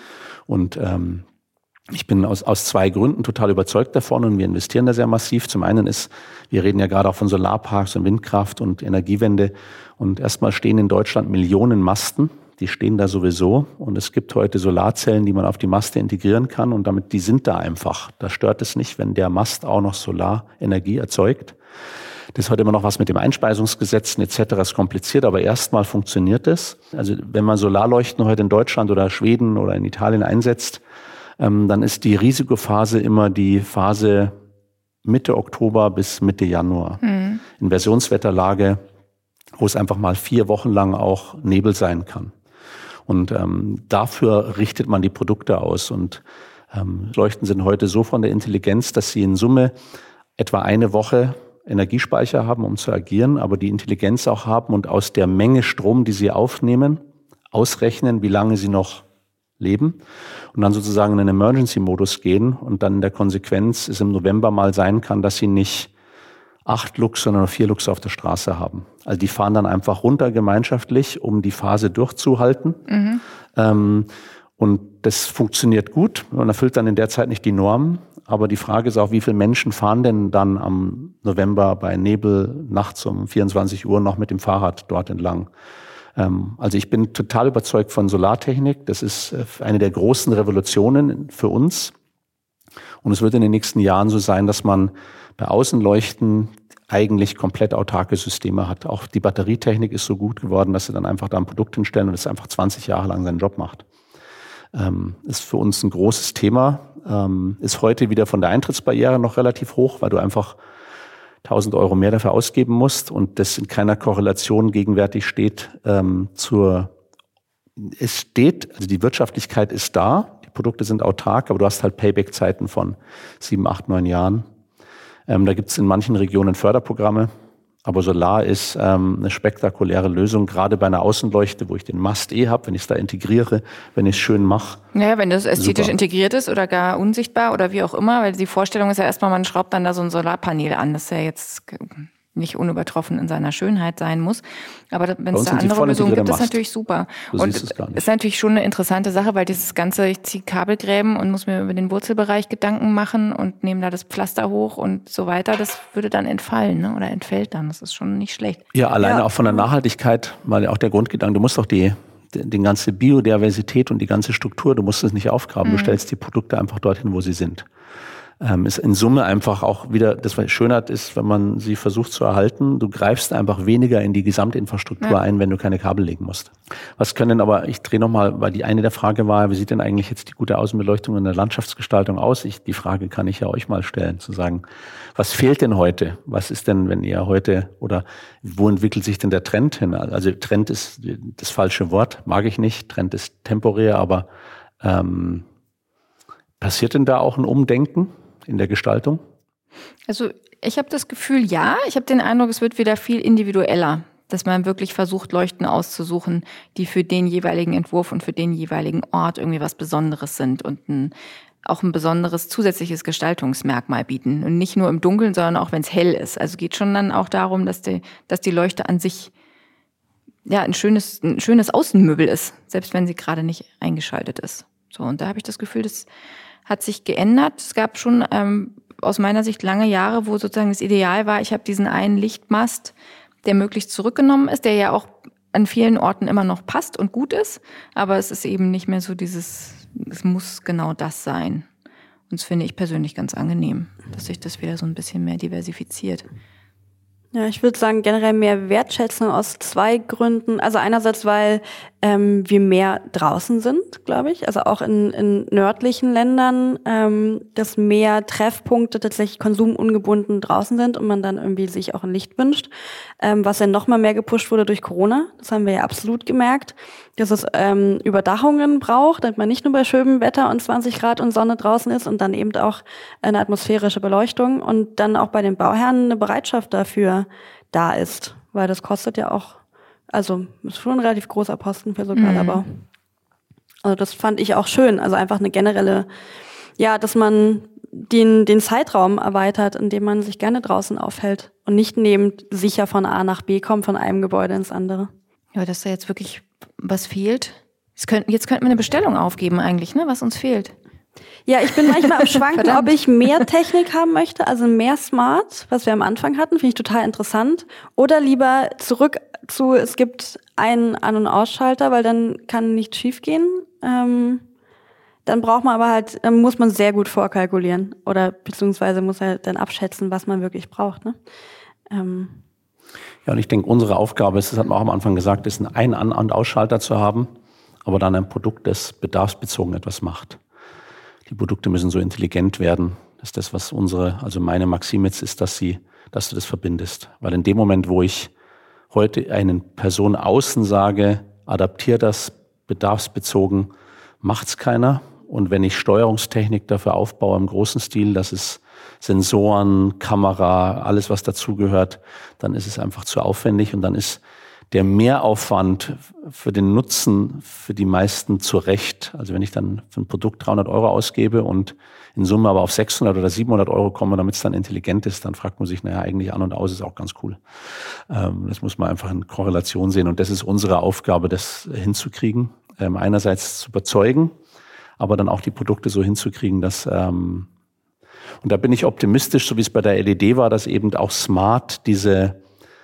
Und ähm, ich bin aus, aus zwei Gründen total überzeugt davon und wir investieren da sehr massiv. Zum einen ist, wir reden ja gerade auch von Solarparks und Windkraft und Energiewende und erstmal stehen in Deutschland Millionen Masten. Die stehen da sowieso und es gibt heute Solarzellen, die man auf die Maste integrieren kann und damit, die sind da einfach. Da stört es nicht, wenn der Mast auch noch Solarenergie erzeugt. Das hat immer noch was mit dem Einspeisungsgesetzen et cetera. Ist kompliziert, aber erstmal funktioniert es. Also wenn man Solarleuchten heute in Deutschland oder Schweden oder in Italien einsetzt, ähm, dann ist die Risikophase immer die Phase Mitte Oktober bis Mitte Januar. Mhm. Inversionswetterlage, wo es einfach mal vier Wochen lang auch Nebel sein kann. Und ähm, dafür richtet man die Produkte aus. Und ähm, Leuchten sind heute so von der Intelligenz, dass sie in Summe etwa eine Woche Energiespeicher haben, um zu agieren, aber die Intelligenz auch haben und aus der Menge Strom, die sie aufnehmen, ausrechnen, wie lange sie noch leben und dann sozusagen in den Emergency-Modus gehen und dann in der Konsequenz es im November mal sein kann, dass sie nicht acht Lux, sondern nur vier Lux auf der Straße haben. Also die fahren dann einfach runter gemeinschaftlich, um die Phase durchzuhalten. Mhm. Ähm, und das funktioniert gut. Man erfüllt dann in der Zeit nicht die Normen. Aber die Frage ist auch, wie viele Menschen fahren denn dann am November bei Nebel nachts um vierundzwanzig Uhr noch mit dem Fahrrad dort entlang? Ähm, also ich bin total überzeugt von Solartechnik. Das ist eine der großen Revolutionen für uns. Und es wird in den nächsten Jahren so sein, dass man bei Außenleuchten eigentlich komplett autarke Systeme hat. Auch die Batterietechnik ist so gut geworden, dass sie dann einfach da ein Produkt hinstellen und es einfach zwanzig Jahre lang seinen Job macht. Ähm, ist für uns ein großes Thema. Ähm, ist heute wieder von der Eintrittsbarriere noch relativ hoch, weil du einfach tausend Euro mehr dafür ausgeben musst und das in keiner Korrelation gegenwärtig steht ähm, zur, es steht, also die Wirtschaftlichkeit ist da, die Produkte sind autark, aber du hast halt Payback-Zeiten von sieben, acht, neun Jahren. Ähm, da gibt es in manchen Regionen Förderprogramme, aber Solar ist ähm, eine spektakuläre Lösung, gerade bei einer Außenleuchte, wo ich den Mast eh habe, wenn ich es da integriere, wenn ich es schön mache. Ja, wenn das ästhetisch super integriert ist oder gar unsichtbar oder wie auch immer, weil die Vorstellung ist ja erstmal, man schraubt dann da so ein Solarpanel an, das ja jetzt nicht unübertroffen in seiner Schönheit sein muss. Aber wenn es da andere Lösungen gibt, ist das natürlich super. Du und es ist natürlich schon eine interessante Sache, weil dieses Ganze, ich ziehe Kabelgräben und muss mir über den Wurzelbereich Gedanken machen und nehme da das Pflaster hoch und so weiter, das würde dann entfallen, ne? Oder entfällt dann. Das ist schon nicht schlecht. Ja, alleine ja. auch von der Nachhaltigkeit, weil auch der Grundgedanke, du musst doch die die ganze Biodiversität und die ganze Struktur, du musst es nicht aufgraben, mhm. du stellst die Produkte einfach dorthin, wo sie sind. Ähm, ist in Summe einfach auch wieder, das was Schönheit ist, wenn man sie versucht zu erhalten, du greifst einfach weniger in die Gesamtinfrastruktur ja. ein, wenn du keine Kabel legen musst. Was können aber, ich drehe nochmal, weil die eine der Frage war, wie sieht denn eigentlich jetzt die gute Außenbeleuchtung in der Landschaftsgestaltung aus? Ich, die Frage kann ich ja euch mal stellen, zu sagen, was fehlt denn heute? Was ist denn, wenn ihr heute, oder wo entwickelt sich denn der Trend hin? Also Trend ist das falsche Wort, mag ich nicht, Trend ist temporär, aber ähm, passiert denn da auch ein Umdenken in der Gestaltung? Also ich habe das Gefühl, ja. Ich habe den Eindruck, es wird wieder viel individueller, dass man wirklich versucht, Leuchten auszusuchen, die für den jeweiligen Entwurf und für den jeweiligen Ort irgendwie was Besonderes sind und ein, auch ein besonderes zusätzliches Gestaltungsmerkmal bieten. Und nicht nur im Dunkeln, sondern auch wenn es hell ist. Also geht schon dann auch darum, dass die, dass die Leuchte an sich ja ein schönes, ein schönes Außenmöbel ist, selbst wenn sie gerade nicht eingeschaltet ist. So, und da habe ich das Gefühl, dass hat sich geändert. Es gab schon ähm, aus meiner Sicht lange Jahre, wo sozusagen das Ideal war, ich habe diesen einen Lichtmast, der möglichst zurückgenommen ist, der ja auch an vielen Orten immer noch passt und gut ist, aber es ist eben nicht mehr so dieses, es muss genau das sein. Und das finde ich persönlich ganz angenehm, dass sich das wieder so ein bisschen mehr diversifiziert. Ja, ich würde sagen, generell mehr Wertschätzung aus zwei Gründen. Also einerseits, weil ähm, wir mehr draußen sind, glaube ich. Also auch in, in nördlichen Ländern, ähm, dass mehr Treffpunkte tatsächlich konsumungebunden draußen sind und man dann irgendwie sich auch ein Licht wünscht. Ähm, was ja noch mal mehr gepusht wurde durch Corona. Das haben wir ja absolut gemerkt, dass es ähm, Überdachungen braucht, damit man nicht nur bei schönem Wetter und zwanzig Grad und Sonne draußen ist und dann eben auch eine atmosphärische Beleuchtung und dann auch bei den Bauherren eine Bereitschaft dafür da ist, weil das kostet ja auch, also ist schon ein relativ großer Posten für Sozialarbau. Mhm. Also das fand ich auch schön, also einfach eine generelle, ja, dass man den den Zeitraum erweitert, in dem man sich gerne draußen aufhält und nicht neben sicher von A nach B kommt, von einem Gebäude ins andere. Ja, dass da jetzt wirklich was fehlt. Jetzt könnten, jetzt könnten wir eine Bestellung aufgeben eigentlich, ne, was uns fehlt. Ja, ich bin manchmal am Schwanken, ob ich mehr Technik haben möchte, also mehr Smart, was wir am Anfang hatten, finde ich total interessant. Oder lieber zurück zu, es gibt einen An- und Ausschalter, weil dann kann nichts schief gehen. Ähm, dann braucht man aber halt, dann muss man sehr gut vorkalkulieren oder beziehungsweise muss er dann abschätzen, was man wirklich braucht. Ne? Ähm. Ja, und ich denke, unsere Aufgabe ist, das hat man auch am Anfang gesagt, ist einen An- und Ausschalter zu haben, aber dann ein Produkt, das bedarfsbezogen etwas macht. Die Produkte müssen so intelligent werden, dass das, was unsere, also meine Maxime jetzt ist, dass sie, dass du das verbindest. Weil in dem Moment, wo ich heute einen Person außen sage, adaptier das bedarfsbezogen, macht's keiner. Und wenn ich Steuerungstechnik dafür aufbaue im großen Stil, dass es Sensoren, Kamera, alles was dazugehört, dann ist es einfach zu aufwendig und dann ist der Mehraufwand für den Nutzen für die meisten zu Recht, also wenn ich dann für ein Produkt dreihundert Euro ausgebe und in Summe aber auf sechshundert oder siebenhundert Euro komme, damit es dann intelligent ist, dann fragt man sich, naja, eigentlich an und aus ist auch ganz cool. Ähm, das muss man einfach in Korrelation sehen und das ist unsere Aufgabe, das hinzukriegen. Ähm, einerseits zu überzeugen, aber dann auch die Produkte so hinzukriegen, dass, ähm, und da bin ich optimistisch, so wie es bei der L E D war, dass eben auch smart diese,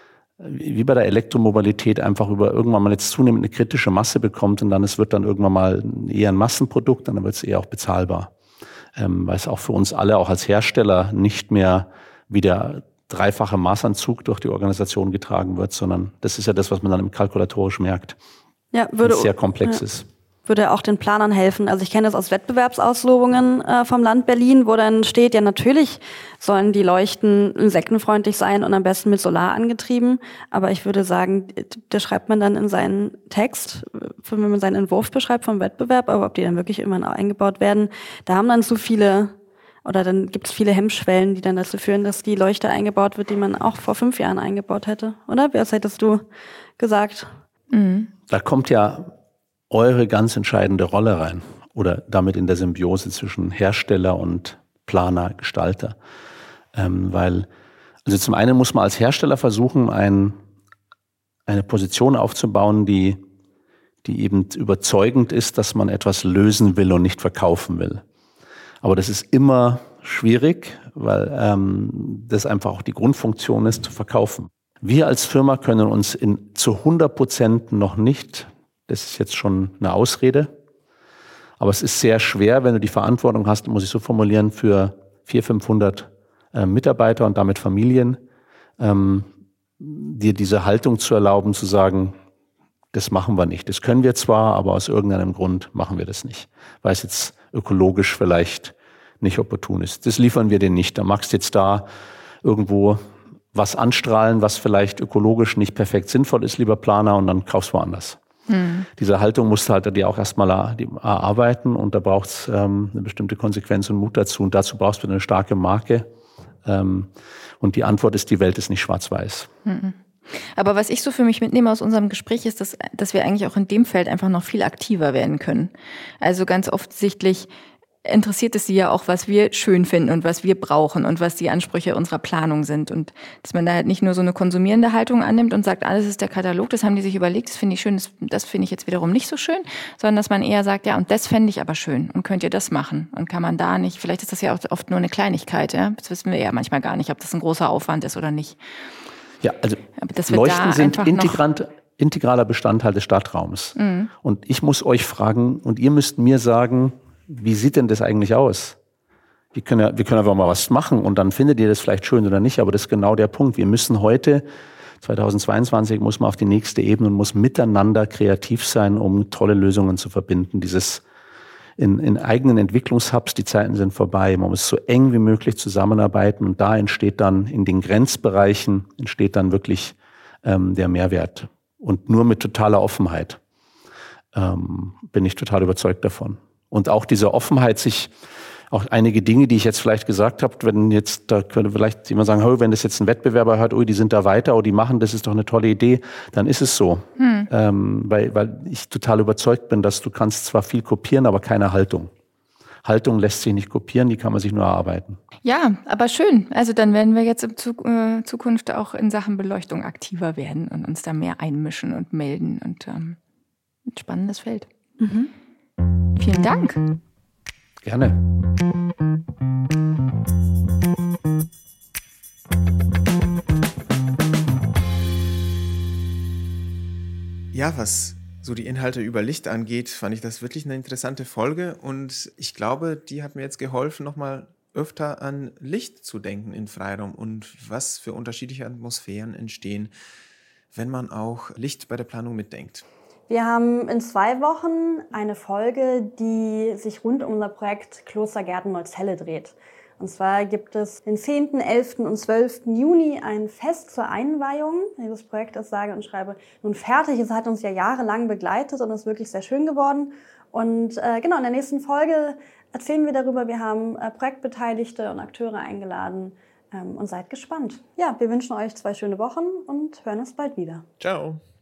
wie bei der Elektromobilität, einfach über irgendwann mal jetzt zunehmend eine kritische Masse bekommt und dann es wird dann irgendwann mal eher ein Massenprodukt, dann wird es eher auch bezahlbar. Ähm, weil es auch für uns alle, auch als Hersteller, nicht mehr wie der dreifache Maßanzug durch die Organisation getragen wird, sondern das ist ja das, was man dann im kalkulatorisch merkt. Ja, würde, sehr komplex ja. ist. Würde auch den Planern helfen. Also ich kenne das aus Wettbewerbsauslobungen äh, vom Land Berlin, wo dann steht, ja natürlich sollen die Leuchten insektenfreundlich sein und am besten mit Solar angetrieben. Aber ich würde sagen, das schreibt man dann in seinen Text, wenn man seinen Entwurf beschreibt vom Wettbewerb, aber ob die dann wirklich irgendwann eingebaut werden, da haben dann zu viele, oder dann gibt es viele Hemmschwellen, die dann dazu führen, dass die Leuchte eingebaut wird, die man auch vor fünf Jahren eingebaut hätte. Oder? Was hättest du gesagt? Mhm. Da kommt ja eure ganz entscheidende Rolle rein oder damit in der Symbiose zwischen Hersteller und Planer, Gestalter. Ähm, weil, also zum einen muss man als Hersteller versuchen, ein, eine Position aufzubauen, die, die eben überzeugend ist, dass man etwas lösen will und nicht verkaufen will. Aber das ist immer schwierig, weil ähm, das einfach auch die Grundfunktion ist, zu verkaufen. Wir als Firma können uns in, zu hundert Prozent noch nicht, das ist jetzt schon eine Ausrede, aber es ist sehr schwer, wenn du die Verantwortung hast, muss ich so formulieren, für vierhundert, fünfhundert äh, Mitarbeiter und damit Familien, ähm, dir diese Haltung zu erlauben, zu sagen, das machen wir nicht. Das können wir zwar, aber aus irgendeinem Grund machen wir das nicht, weil es jetzt ökologisch vielleicht nicht opportun ist. Das liefern wir dir nicht. Da magst du jetzt da irgendwo was anstrahlen, was vielleicht ökologisch nicht perfekt sinnvoll ist, lieber Planer, und dann kaufst du woanders. Hm. Diese Haltung musst du halt dir auch erstmal erarbeiten und da braucht es ähm, eine bestimmte Konsequenz und Mut dazu. Und dazu brauchst du eine starke Marke. Ähm, und die Antwort ist, die Welt ist nicht schwarz-weiß. Mhm. Aber was ich so für mich mitnehme aus unserem Gespräch ist, dass, dass wir eigentlich auch in dem Feld einfach noch viel aktiver werden können. Also ganz offensichtlich interessiert es sie ja auch, was wir schön finden und was wir brauchen und was die Ansprüche unserer Planung sind. Und dass man da halt nicht nur so eine konsumierende Haltung annimmt und sagt, alles ist der Katalog, das haben die sich überlegt, das finde ich schön, das, das finde ich jetzt wiederum nicht so schön, sondern dass man eher sagt, ja, und das fände ich aber schön und könnt ihr das machen? Und kann man da nicht, vielleicht ist das ja auch oft nur eine Kleinigkeit, ja? Das wissen wir ja manchmal gar nicht, ob das ein großer Aufwand ist oder nicht. Ja, also Leuchten sind integrant, integraler Bestandteil des Stadtraums. Mhm. Und ich muss euch fragen und ihr müsst mir sagen, wie sieht denn das eigentlich aus? Wir können, ja, wir können einfach mal was machen und dann findet ihr das vielleicht schön oder nicht, aber das ist genau der Punkt. Wir müssen heute, zweitausendzweiundzwanzig, muss man auf die nächste Ebene und muss miteinander kreativ sein, um tolle Lösungen zu verbinden. Dieses in, in eigenen Entwicklungshubs, die Zeiten sind vorbei. Man muss so eng wie möglich zusammenarbeiten und da entsteht dann in den Grenzbereichen entsteht dann wirklich ähm, der Mehrwert. Und nur mit totaler Offenheit ähm, bin ich total überzeugt davon. Und auch diese Offenheit, sich auch einige Dinge, die ich jetzt vielleicht gesagt habe, wenn jetzt, da könnte vielleicht jemand sagen, oh, wenn das jetzt ein Wettbewerber hört, oh, die sind da weiter, oh, die machen, das ist doch eine tolle Idee, dann ist es so. Hm. Ähm, weil, weil ich total überzeugt bin, dass du kannst zwar viel kopieren, aber keine Haltung. Haltung lässt sich nicht kopieren, die kann man sich nur erarbeiten. Ja, aber schön. Also dann werden wir jetzt in Zukunft auch in Sachen Beleuchtung aktiver werden und uns da mehr einmischen und melden. Und ähm, ein spannendes Feld. Mhm. Vielen Dank. Gerne. Ja, was so die Inhalte über Licht angeht, fand ich das wirklich eine interessante Folge und ich glaube, die hat mir jetzt geholfen, nochmal öfter an Licht zu denken in Freiraum und was für unterschiedliche Atmosphären entstehen, wenn man auch Licht bei der Planung mitdenkt. Wir haben in zwei Wochen eine Folge, die sich rund um unser Projekt Klostergärten Neuzelle dreht. Und zwar gibt es den zehnten, elften und zwölften Juni ein Fest zur Einweihung. Dieses Projekt ist sage und schreibe nun fertig. Es hat uns ja jahrelang begleitet und ist wirklich sehr schön geworden. Und äh, genau, in der nächsten Folge erzählen wir darüber. Wir haben äh, Projektbeteiligte und Akteure eingeladen ähm, und seid gespannt. Ja, wir wünschen euch zwei schöne Wochen und hören uns bald wieder. Ciao.